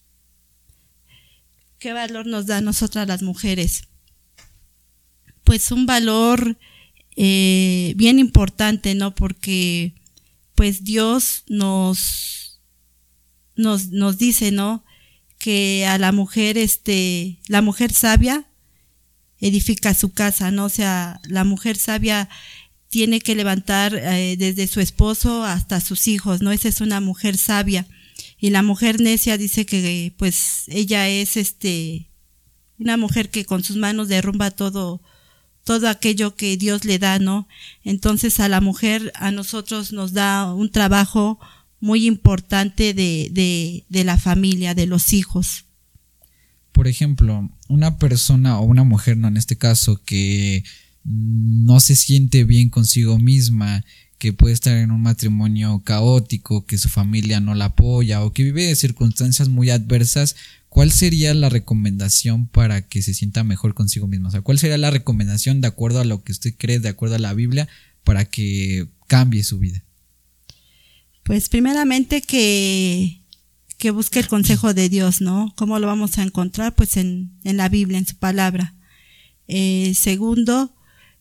¿Qué valor nos da a nosotras las mujeres? Pues un valor bien importante, ¿no? Porque pues Dios nos dice, ¿no? Que a la mujer, la mujer sabia edifica su casa, ¿no? O sea, la mujer sabia tiene que levantar desde su esposo hasta sus hijos, ¿no? Esa es una mujer sabia. Y la mujer necia dice que pues ella es una mujer que con sus manos derrumba todo aquello que Dios le da, ¿no? Entonces a la mujer, a nosotros nos da un trabajo muy importante de la familia, de los hijos. Por ejemplo, una persona o una mujer, no en este caso, que no se siente bien consigo misma, que puede estar en un matrimonio caótico, que su familia no la apoya o que vive circunstancias muy adversas, ¿cuál sería la recomendación para que se sienta mejor consigo misma? O sea, ¿cuál sería la recomendación de acuerdo a lo que usted cree, de acuerdo a la Biblia, para que cambie su vida? Pues primeramente que busque el consejo de Dios, ¿no? ¿Cómo lo vamos a encontrar? Pues en la Biblia, en su palabra. Segundo,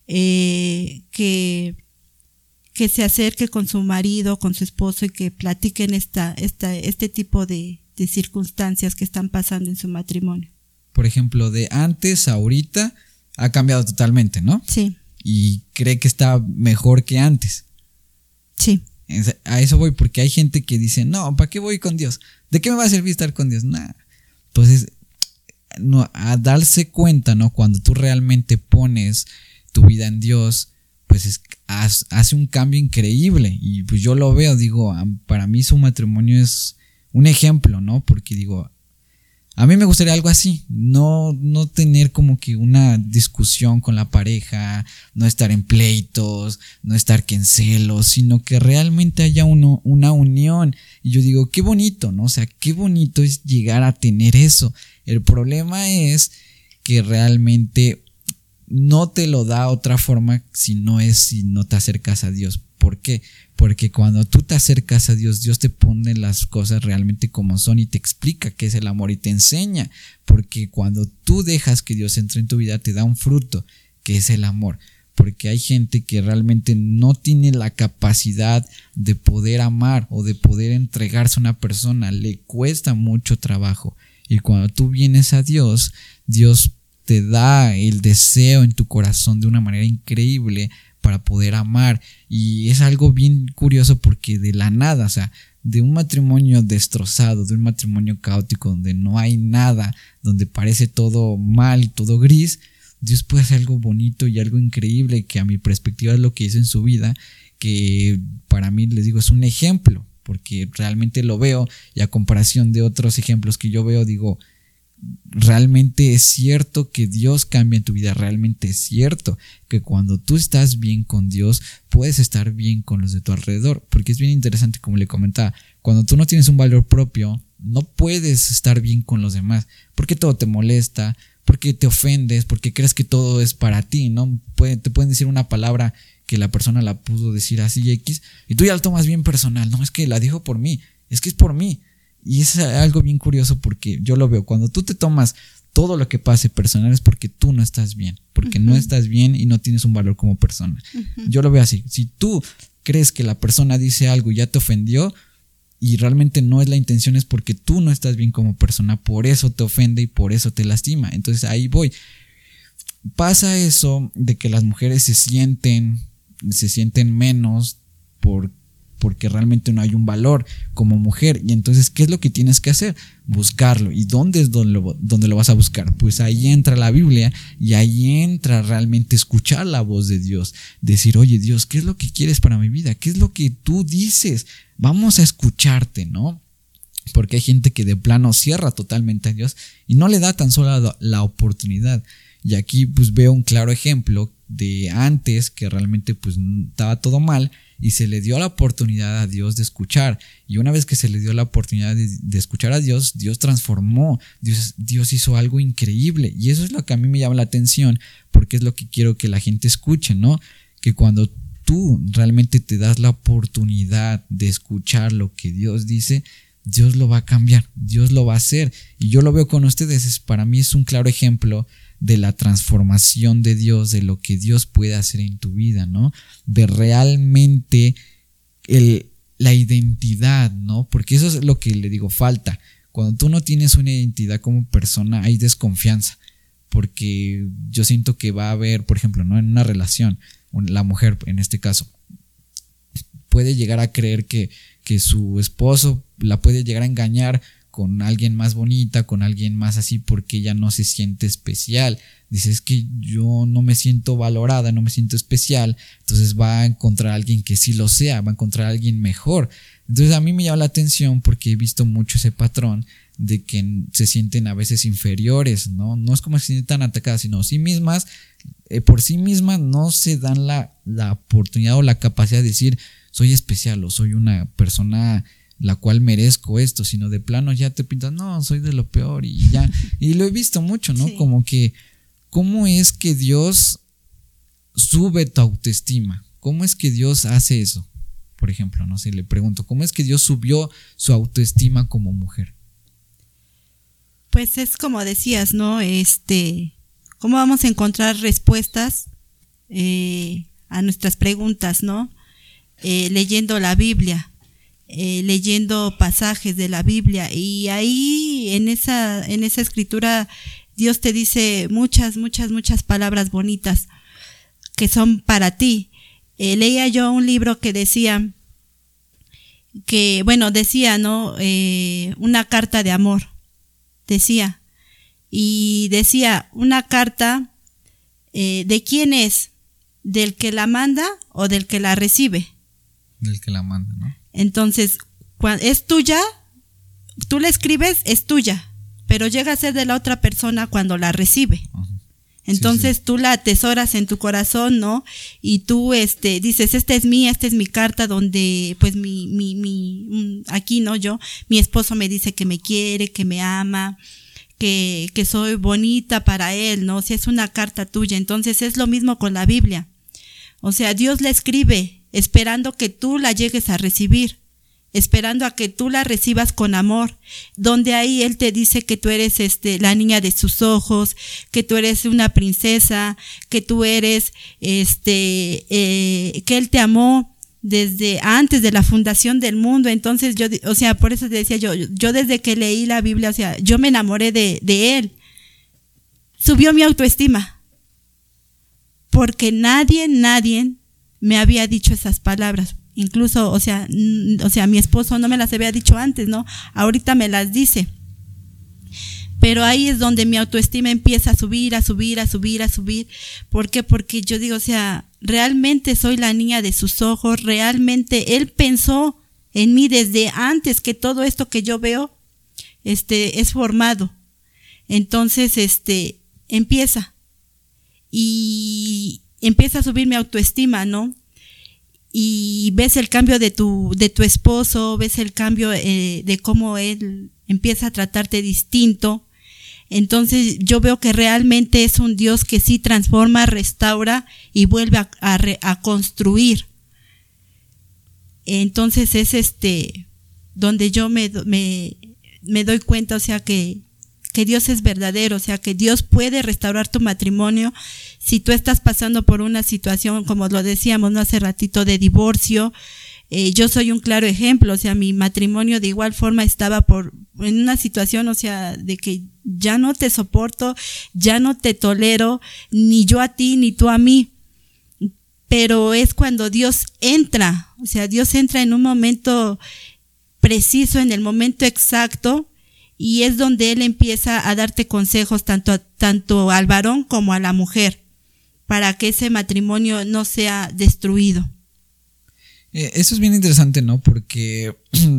que se acerque con su marido, con su esposo y que platiquen este tipo de circunstancias que están pasando en su matrimonio. por ejemplo, de antes a ahorita ha cambiado totalmente, ¿no? Sí. Y cree que está mejor que antes. Sí. A eso voy, porque hay gente que dice, no, ¿para qué voy con Dios? ¿De qué me va a servir estar con Dios? Nada. Entonces, no, a darse cuenta, ¿no? Cuando tú realmente pones tu vida en Dios, pues hace un cambio increíble. Y pues yo lo veo, digo, para mí su matrimonio es un ejemplo, ¿no? Porque digo, a mí me gustaría algo así, no tener como que una discusión con la pareja, no estar en pleitos, no estar que en celos, sino que realmente haya una unión. Y yo digo, qué bonito, ¿no? O sea, qué bonito es llegar a tener eso. El problema es que realmente no te lo da otra forma si no te acercas a Dios. ¿Por qué? Porque cuando tú te acercas a Dios, Dios te pone las cosas realmente como son y te explica qué es el amor y te enseña. Porque cuando tú dejas que Dios entre en tu vida, te da un fruto, que es el amor. Porque hay gente que realmente no tiene la capacidad de poder amar o de poder entregarse a una persona. Le cuesta mucho trabajo. Y cuando tú vienes a Dios, Dios te da el deseo en tu corazón de una manera increíble para poder amar. Y es algo bien curioso porque de la nada, o sea, de un matrimonio destrozado, de un matrimonio caótico donde no hay nada, donde parece todo mal y todo gris, Dios puede hacer algo bonito y algo increíble, que a mi perspectiva es lo que hizo en su vida, que para mí, les digo, es un ejemplo, porque realmente lo veo, y a comparación de otros ejemplos que yo veo, digo, realmente es cierto que Dios cambia en tu vida. Realmente es cierto que cuando tú estás bien con Dios, puedes estar bien con los de tu alrededor, porque es bien interesante, como le comentaba, cuando tú no tienes un valor propio, no puedes estar bien con los demás, porque todo te molesta, porque te ofendes, porque crees que todo es para ti, ¿no? Te pueden decir una palabra que la persona la pudo decir así X, y tú ya lo tomas bien personal. No, es que la dijo por mí, es que es por mí. Y es algo bien curioso, porque yo lo veo, cuando tú te tomas todo lo que pase personal, es porque tú no estás bien, porque no estás bien y no tienes un valor como persona. Yo lo veo así. Si tú crees que la persona dice algo y ya te ofendió, y realmente no es la intención, es porque tú no estás bien como persona, por eso te ofende y por eso te lastima. Entonces ahí voy. Pasa eso de que las mujeres se sienten menos porque realmente no hay un valor como mujer. Y entonces, ¿qué es lo que tienes que hacer? Buscarlo. ¿Y dónde es donde lo vas a buscar? Pues ahí entra la Biblia, y ahí entra realmente escuchar la voz de Dios. Decir, oye Dios, ¿qué es lo que quieres para mi vida? ¿Qué es lo que tú dices? Vamos a escucharte, ¿no? Porque hay gente que de plano cierra totalmente a Dios y no le da tan solo la oportunidad. Y aquí pues veo un claro ejemplo de antes, que realmente pues estaba todo mal, y se le dio la oportunidad a Dios de escuchar. Y una vez que se le dio la oportunidad de escuchar a Dios, Dios transformó, Dios hizo algo increíble. Y eso es lo que a mí me llama la atención, porque es lo que quiero que la gente escuche, ¿no? Que cuando tú realmente te das la oportunidad de escuchar lo que Dios dice, Dios lo va a cambiar, Dios lo va a hacer. Y yo lo veo con ustedes, para mí es un claro ejemplo de la transformación de Dios, de lo que Dios puede hacer en tu vida, ¿no? De realmente la identidad, ¿no? Porque eso es lo que le digo, falta. Cuando tú no tienes una identidad como persona, hay desconfianza, porque yo siento que va a haber, por ejemplo, ¿no? En una relación, la mujer en este caso puede llegar a creer que su esposo la puede llegar a engañar con alguien más bonita, con alguien más así, porque ella no se siente especial. Dice, es que yo no me siento valorada, no me siento especial. Entonces va a encontrar a alguien que sí lo sea, va a encontrar a alguien mejor. Entonces a mí me llama la atención, porque he visto mucho ese patrón de que se sienten a veces inferiores, ¿no? No es como que se sientan atacadas, sino sí mismas, por sí mismas no se dan la oportunidad o la capacidad de decir, soy especial o soy una persona la cual merezco esto, sino de plano ya te pintas, no, soy de lo peor, y ya. Y lo he visto mucho, ¿no? Sí. Como que, ¿cómo es que Dios sube tu autoestima? ¿Cómo es que Dios hace eso? Por ejemplo, no sé, le pregunto, ¿cómo es que Dios subió su autoestima como mujer? Pues es como decías, ¿no? ¿Cómo vamos a encontrar respuestas a nuestras preguntas, ¿no? Leyendo la Biblia. Leyendo pasajes de la Biblia, y ahí en esa escritura Dios te dice muchas, muchas, muchas palabras bonitas que son para ti. Leía yo un libro que decía, ¿no? Una carta de amor, decía. Y decía, una carta, ¿de quién es? ¿Del que la manda o del que la recibe? Del que la manda, ¿no? Entonces, es tuya, tú la escribes, es tuya, pero llega a ser de la otra persona cuando la recibe. Uh-huh. Entonces, sí. Tú la atesoras en tu corazón, ¿no? Y tú dices, esta es mía, esta es mi carta donde pues aquí, ¿no? Mi esposo me dice que me quiere, que me ama, que soy bonita para él, ¿no? O sea, es una carta tuya. Entonces, es lo mismo con la Biblia. O sea, Dios la escribe esperando que tú la llegues a recibir, esperando a que tú la recibas con amor, donde ahí Él te dice que tú eres la niña de sus ojos, que tú eres una princesa, que tú eres que Él te amó desde antes de la fundación del mundo. Entonces por eso te decía yo desde que leí la Biblia, yo me enamoré de Él. Subió mi autoestima, porque nadie me había dicho esas palabras. Incluso, mi esposo no me las había dicho antes, ¿no? Ahorita me las dice. Pero ahí es donde mi autoestima empieza a subir. ¿Por qué? Porque yo digo, realmente soy la niña de sus ojos, realmente Él pensó en mí desde antes que todo esto que yo veo, es formado. Entonces, empieza a subir mi autoestima, ¿no? Y ves el cambio de tu esposo, ves el cambio de cómo él empieza a tratarte distinto. Entonces yo veo que realmente es un Dios que sí transforma, restaura y vuelve a construir. Entonces es donde yo me doy cuenta, que Dios es verdadero, que Dios puede restaurar tu matrimonio. Si tú estás pasando por una situación, como lo decíamos, ¿no? Hace ratito, de divorcio, yo soy un claro ejemplo. Mi matrimonio de igual forma estaba en una situación, de que ya no te soporto, ya no te tolero, ni yo a ti, ni tú a mí. Pero es cuando Dios entra, Dios entra en un momento preciso, en el momento exacto, y es donde Él empieza a darte consejos tanto al varón como a la mujer, para que ese matrimonio no sea destruido. Eso es bien interesante, ¿no? Porque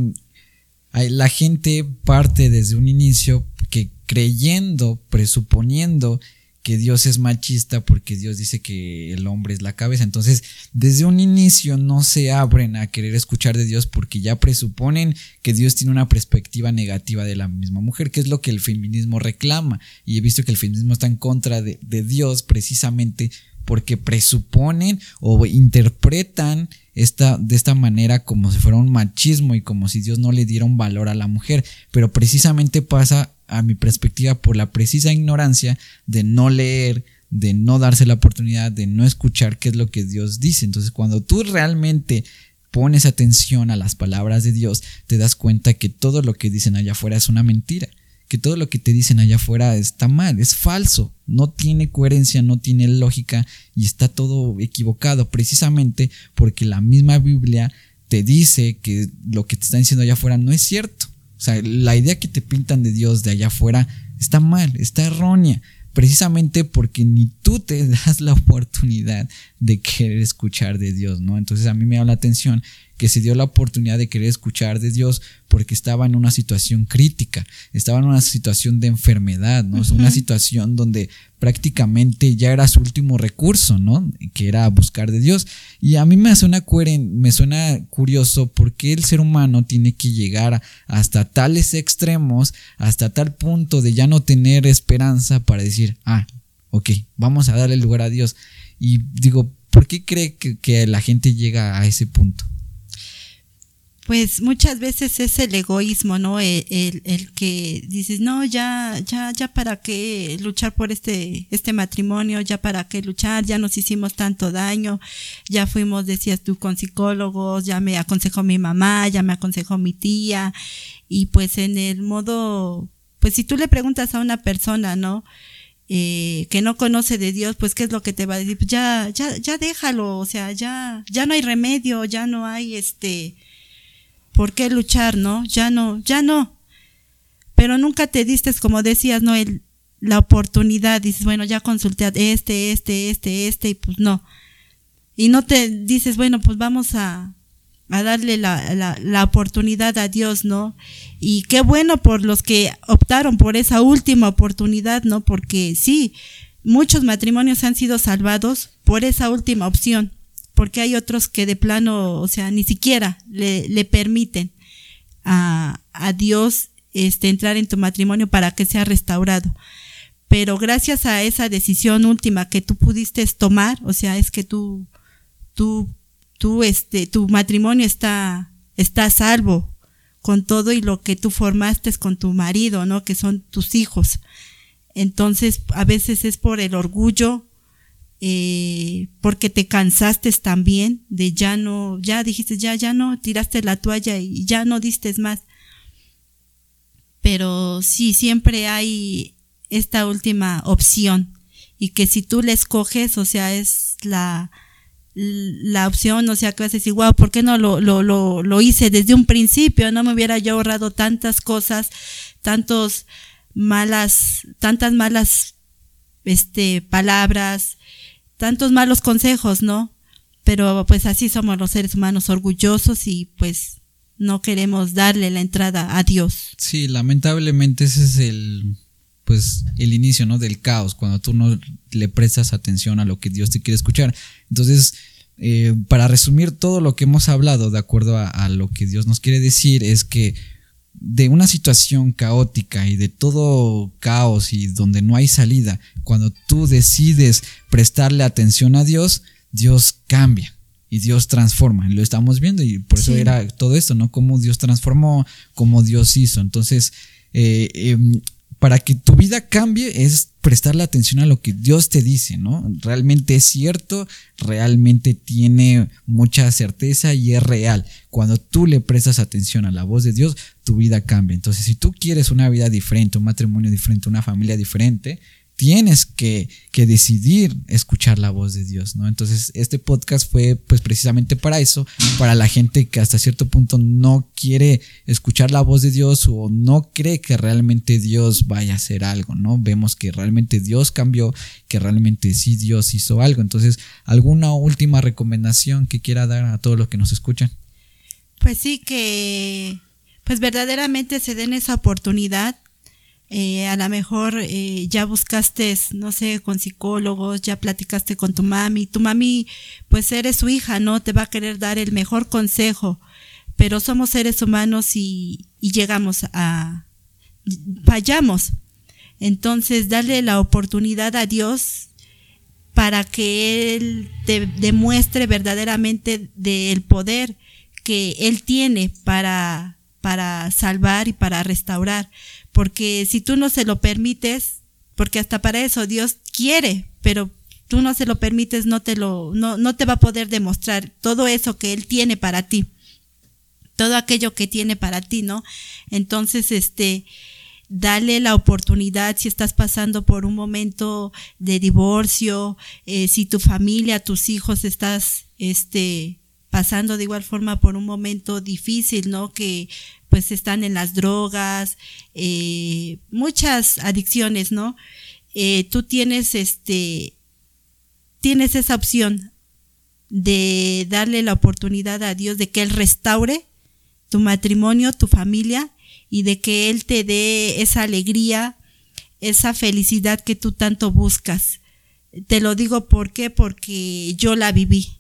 la gente parte desde un inicio que creyendo, presuponiendo que Dios es machista, porque Dios dice que el hombre es la cabeza. Entonces, desde un inicio no se abren a querer escuchar de Dios, porque ya presuponen que Dios tiene una perspectiva negativa de la misma mujer, que es lo que el feminismo reclama. Y he visto que el feminismo está en contra de Dios precisamente porque presuponen o interpretan de esta manera como si fuera un machismo y como si Dios no le diera un valor a la mujer. Pero precisamente pasa, a mi perspectiva, por la precisa ignorancia de no leer, de no darse la oportunidad, de no escuchar qué es lo que Dios dice. Entonces, cuando tú realmente pones atención a las palabras de Dios, te das cuenta que todo lo que dicen allá afuera es una mentira, que todo lo que te dicen allá afuera está mal, es falso, no tiene coherencia, no tiene lógica y está todo equivocado, precisamente porque la misma Biblia te dice que lo que te están diciendo allá afuera no es cierto. La idea que te pintan de Dios de allá afuera está mal, está errónea, precisamente porque ni tú te das la oportunidad de querer escuchar de Dios, ¿no? Entonces a mí me llama la atención que se dio la oportunidad de querer escuchar de Dios porque estaba en una situación crítica, estaba en una situación de enfermedad, ¿no? Uh-huh. Una situación donde prácticamente ya era su último recurso, ¿no? Que era buscar de Dios. Y a mí me suena curioso por qué el ser humano tiene que llegar hasta tales extremos, hasta tal punto de ya no tener esperanza para decir, ok, vamos a darle lugar a Dios. Y digo, ¿por qué cree que la gente llega a ese punto? Pues muchas veces es el egoísmo, ¿no? El que dices, no, ya para qué luchar por este matrimonio, ya para qué luchar, ya nos hicimos tanto daño, ya fuimos, decías tú, con psicólogos, ya me aconsejó mi mamá, ya me aconsejó mi tía, y pues en el modo Pues si tú le preguntas a una persona, ¿no? Que no conoce de Dios, pues ¿qué es lo que te va a decir? Pues ya déjalo, o sea, ya no hay remedio, ya no hay por qué luchar, ¿no? Ya no. Pero nunca te diste, como decías, ¿no? La oportunidad, dices, bueno, ya consulté a y pues no. Y no te dices, bueno, pues vamos a darle la oportunidad a Dios, ¿no? Y qué bueno por los que optaron por esa última oportunidad, ¿no? Porque sí, muchos matrimonios han sido salvados por esa última opción, porque hay otros que de plano, o sea, ni siquiera le permiten a Dios entrar en tu matrimonio para que sea restaurado. Pero gracias a esa decisión última que tú pudiste tomar, o sea, es que tu matrimonio está a salvo con todo y lo que tú formaste con tu marido, ¿no? Que son tus hijos. Entonces, a veces es por el orgullo, porque te cansaste también de ya dijiste, ya no, tiraste la toalla y ya no diste más. Pero sí, siempre hay esta última opción, y que si tú la escoges, o sea, es la opción, o sea, que vas a decir, wow, ¿por qué no lo hice desde un principio? No me hubiera yo ahorrado tantas cosas, tantas malas palabras, tantos malos consejos, ¿no? Pero pues así somos los seres humanos, orgullosos, y pues no queremos darle la entrada a Dios. Sí, lamentablemente ese es el inicio, ¿no? Del caos, cuando tú no le prestas atención a lo que Dios te quiere escuchar. Entonces, para resumir todo lo que hemos hablado, de acuerdo a lo que Dios nos quiere decir, es que de una situación caótica y de todo caos y donde no hay salida, cuando tú decides prestarle atención a Dios, Dios cambia y Dios transforma. Lo estamos viendo, y por eso era todo esto, ¿no? Cómo Dios transformó, cómo Dios hizo. Entonces, para que tu vida cambie es prestarle atención a lo que Dios te dice, ¿no? Realmente es cierto, realmente tiene mucha certeza y es real. Cuando tú le prestas atención a la voz de Dios, tu vida cambia. Entonces, si tú quieres una vida diferente, un matrimonio diferente, una familia diferente, tienes que decidir escuchar la voz de Dios, ¿no? Entonces, este podcast fue pues precisamente para eso, para la gente que hasta cierto punto no quiere escuchar la voz de Dios o no cree que realmente Dios vaya a hacer algo, ¿no? Vemos que realmente Dios cambió, que realmente sí Dios hizo algo. Entonces, ¿alguna última recomendación que quiera dar a todos los que nos escuchan? Pues sí, que pues verdaderamente se den esa oportunidad. A lo mejor ya buscaste, no sé, con psicólogos, ya platicaste con tu mami pues eres su hija, ¿no? Te va a querer dar el mejor consejo, pero somos seres humanos y fallamos. Entonces, dale la oportunidad a Dios para que Él te demuestre verdaderamente del poder que Él tiene para salvar y para restaurar. Porque si tú no se lo permites, porque hasta para eso Dios quiere, pero tú no se lo permites, no te va a poder demostrar todo eso que Él tiene para ti, todo aquello que tiene para ti, ¿no? Entonces, dale la oportunidad. Si estás pasando por un momento de divorcio, si tu familia, tus hijos estás pasando de igual forma por un momento difícil, ¿no? Que pues están en las drogas, muchas adicciones, ¿no? Tú tienes esa opción de darle la oportunidad a Dios de que Él restaure tu matrimonio, tu familia, y de que Él te dé esa alegría, esa felicidad que tú tanto buscas. Te lo digo porque yo la viví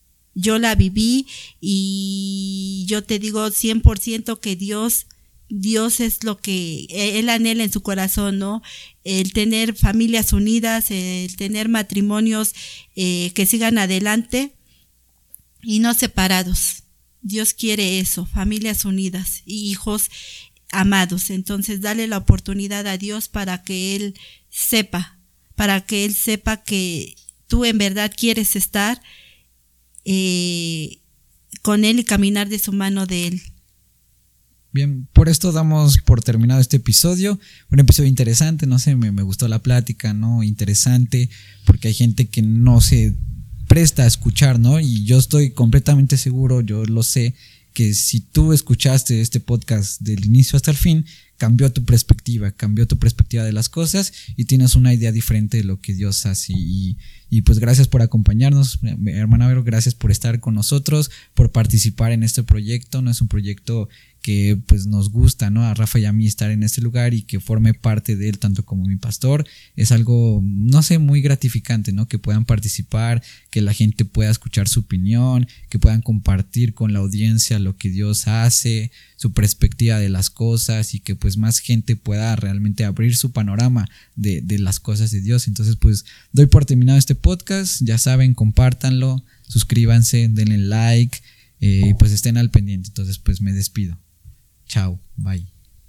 y yo te digo 100% que Dios es lo que Él anhela en su corazón, ¿no? El tener familias unidas, el tener matrimonios que sigan adelante y no separados. Dios quiere eso, familias unidas y hijos amados. Entonces, dale la oportunidad a Dios para que Él sepa que tú en verdad quieres estar con Él y caminar de su mano de Él. Bien, por esto damos por terminado este episodio. Un episodio interesante, no sé, me gustó la plática, ¿no? Interesante, porque hay gente que no se presta a escuchar, ¿no? Y yo estoy completamente seguro, yo lo sé, que si tú escuchaste este podcast del inicio hasta el fin, cambió tu perspectiva de las cosas y tienes una idea diferente de lo que Dios hace. Y pues gracias por acompañarnos, hermana Vero, gracias por estar con nosotros, por participar en este proyecto. No es un proyecto que pues nos gusta, ¿no? A Rafa y a mí estar en este lugar y que forme parte de él tanto como mi pastor. Es algo, no sé, muy gratificante, ¿no? Que puedan participar, que la gente pueda escuchar su opinión, que puedan compartir con la audiencia lo que Dios hace, su perspectiva de las cosas, y que pues más gente pueda realmente abrir su panorama de las cosas de Dios. Entonces pues doy por terminado este podcast. Ya saben, compártanlo, suscríbanse, denle like, pues estén al pendiente. Entonces pues me despido. Chao, bye.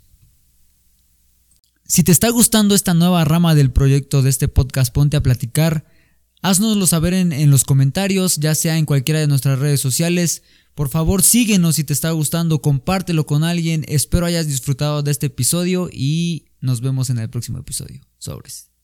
Si te está gustando esta nueva rama del proyecto de este podcast Ponte a Platicar, haznoslo saber en los comentarios, ya sea en cualquiera de nuestras redes sociales. Por favor, síguenos si te está gustando, compártelo con alguien. Espero hayas disfrutado de este episodio y nos vemos en el próximo episodio. Sobres.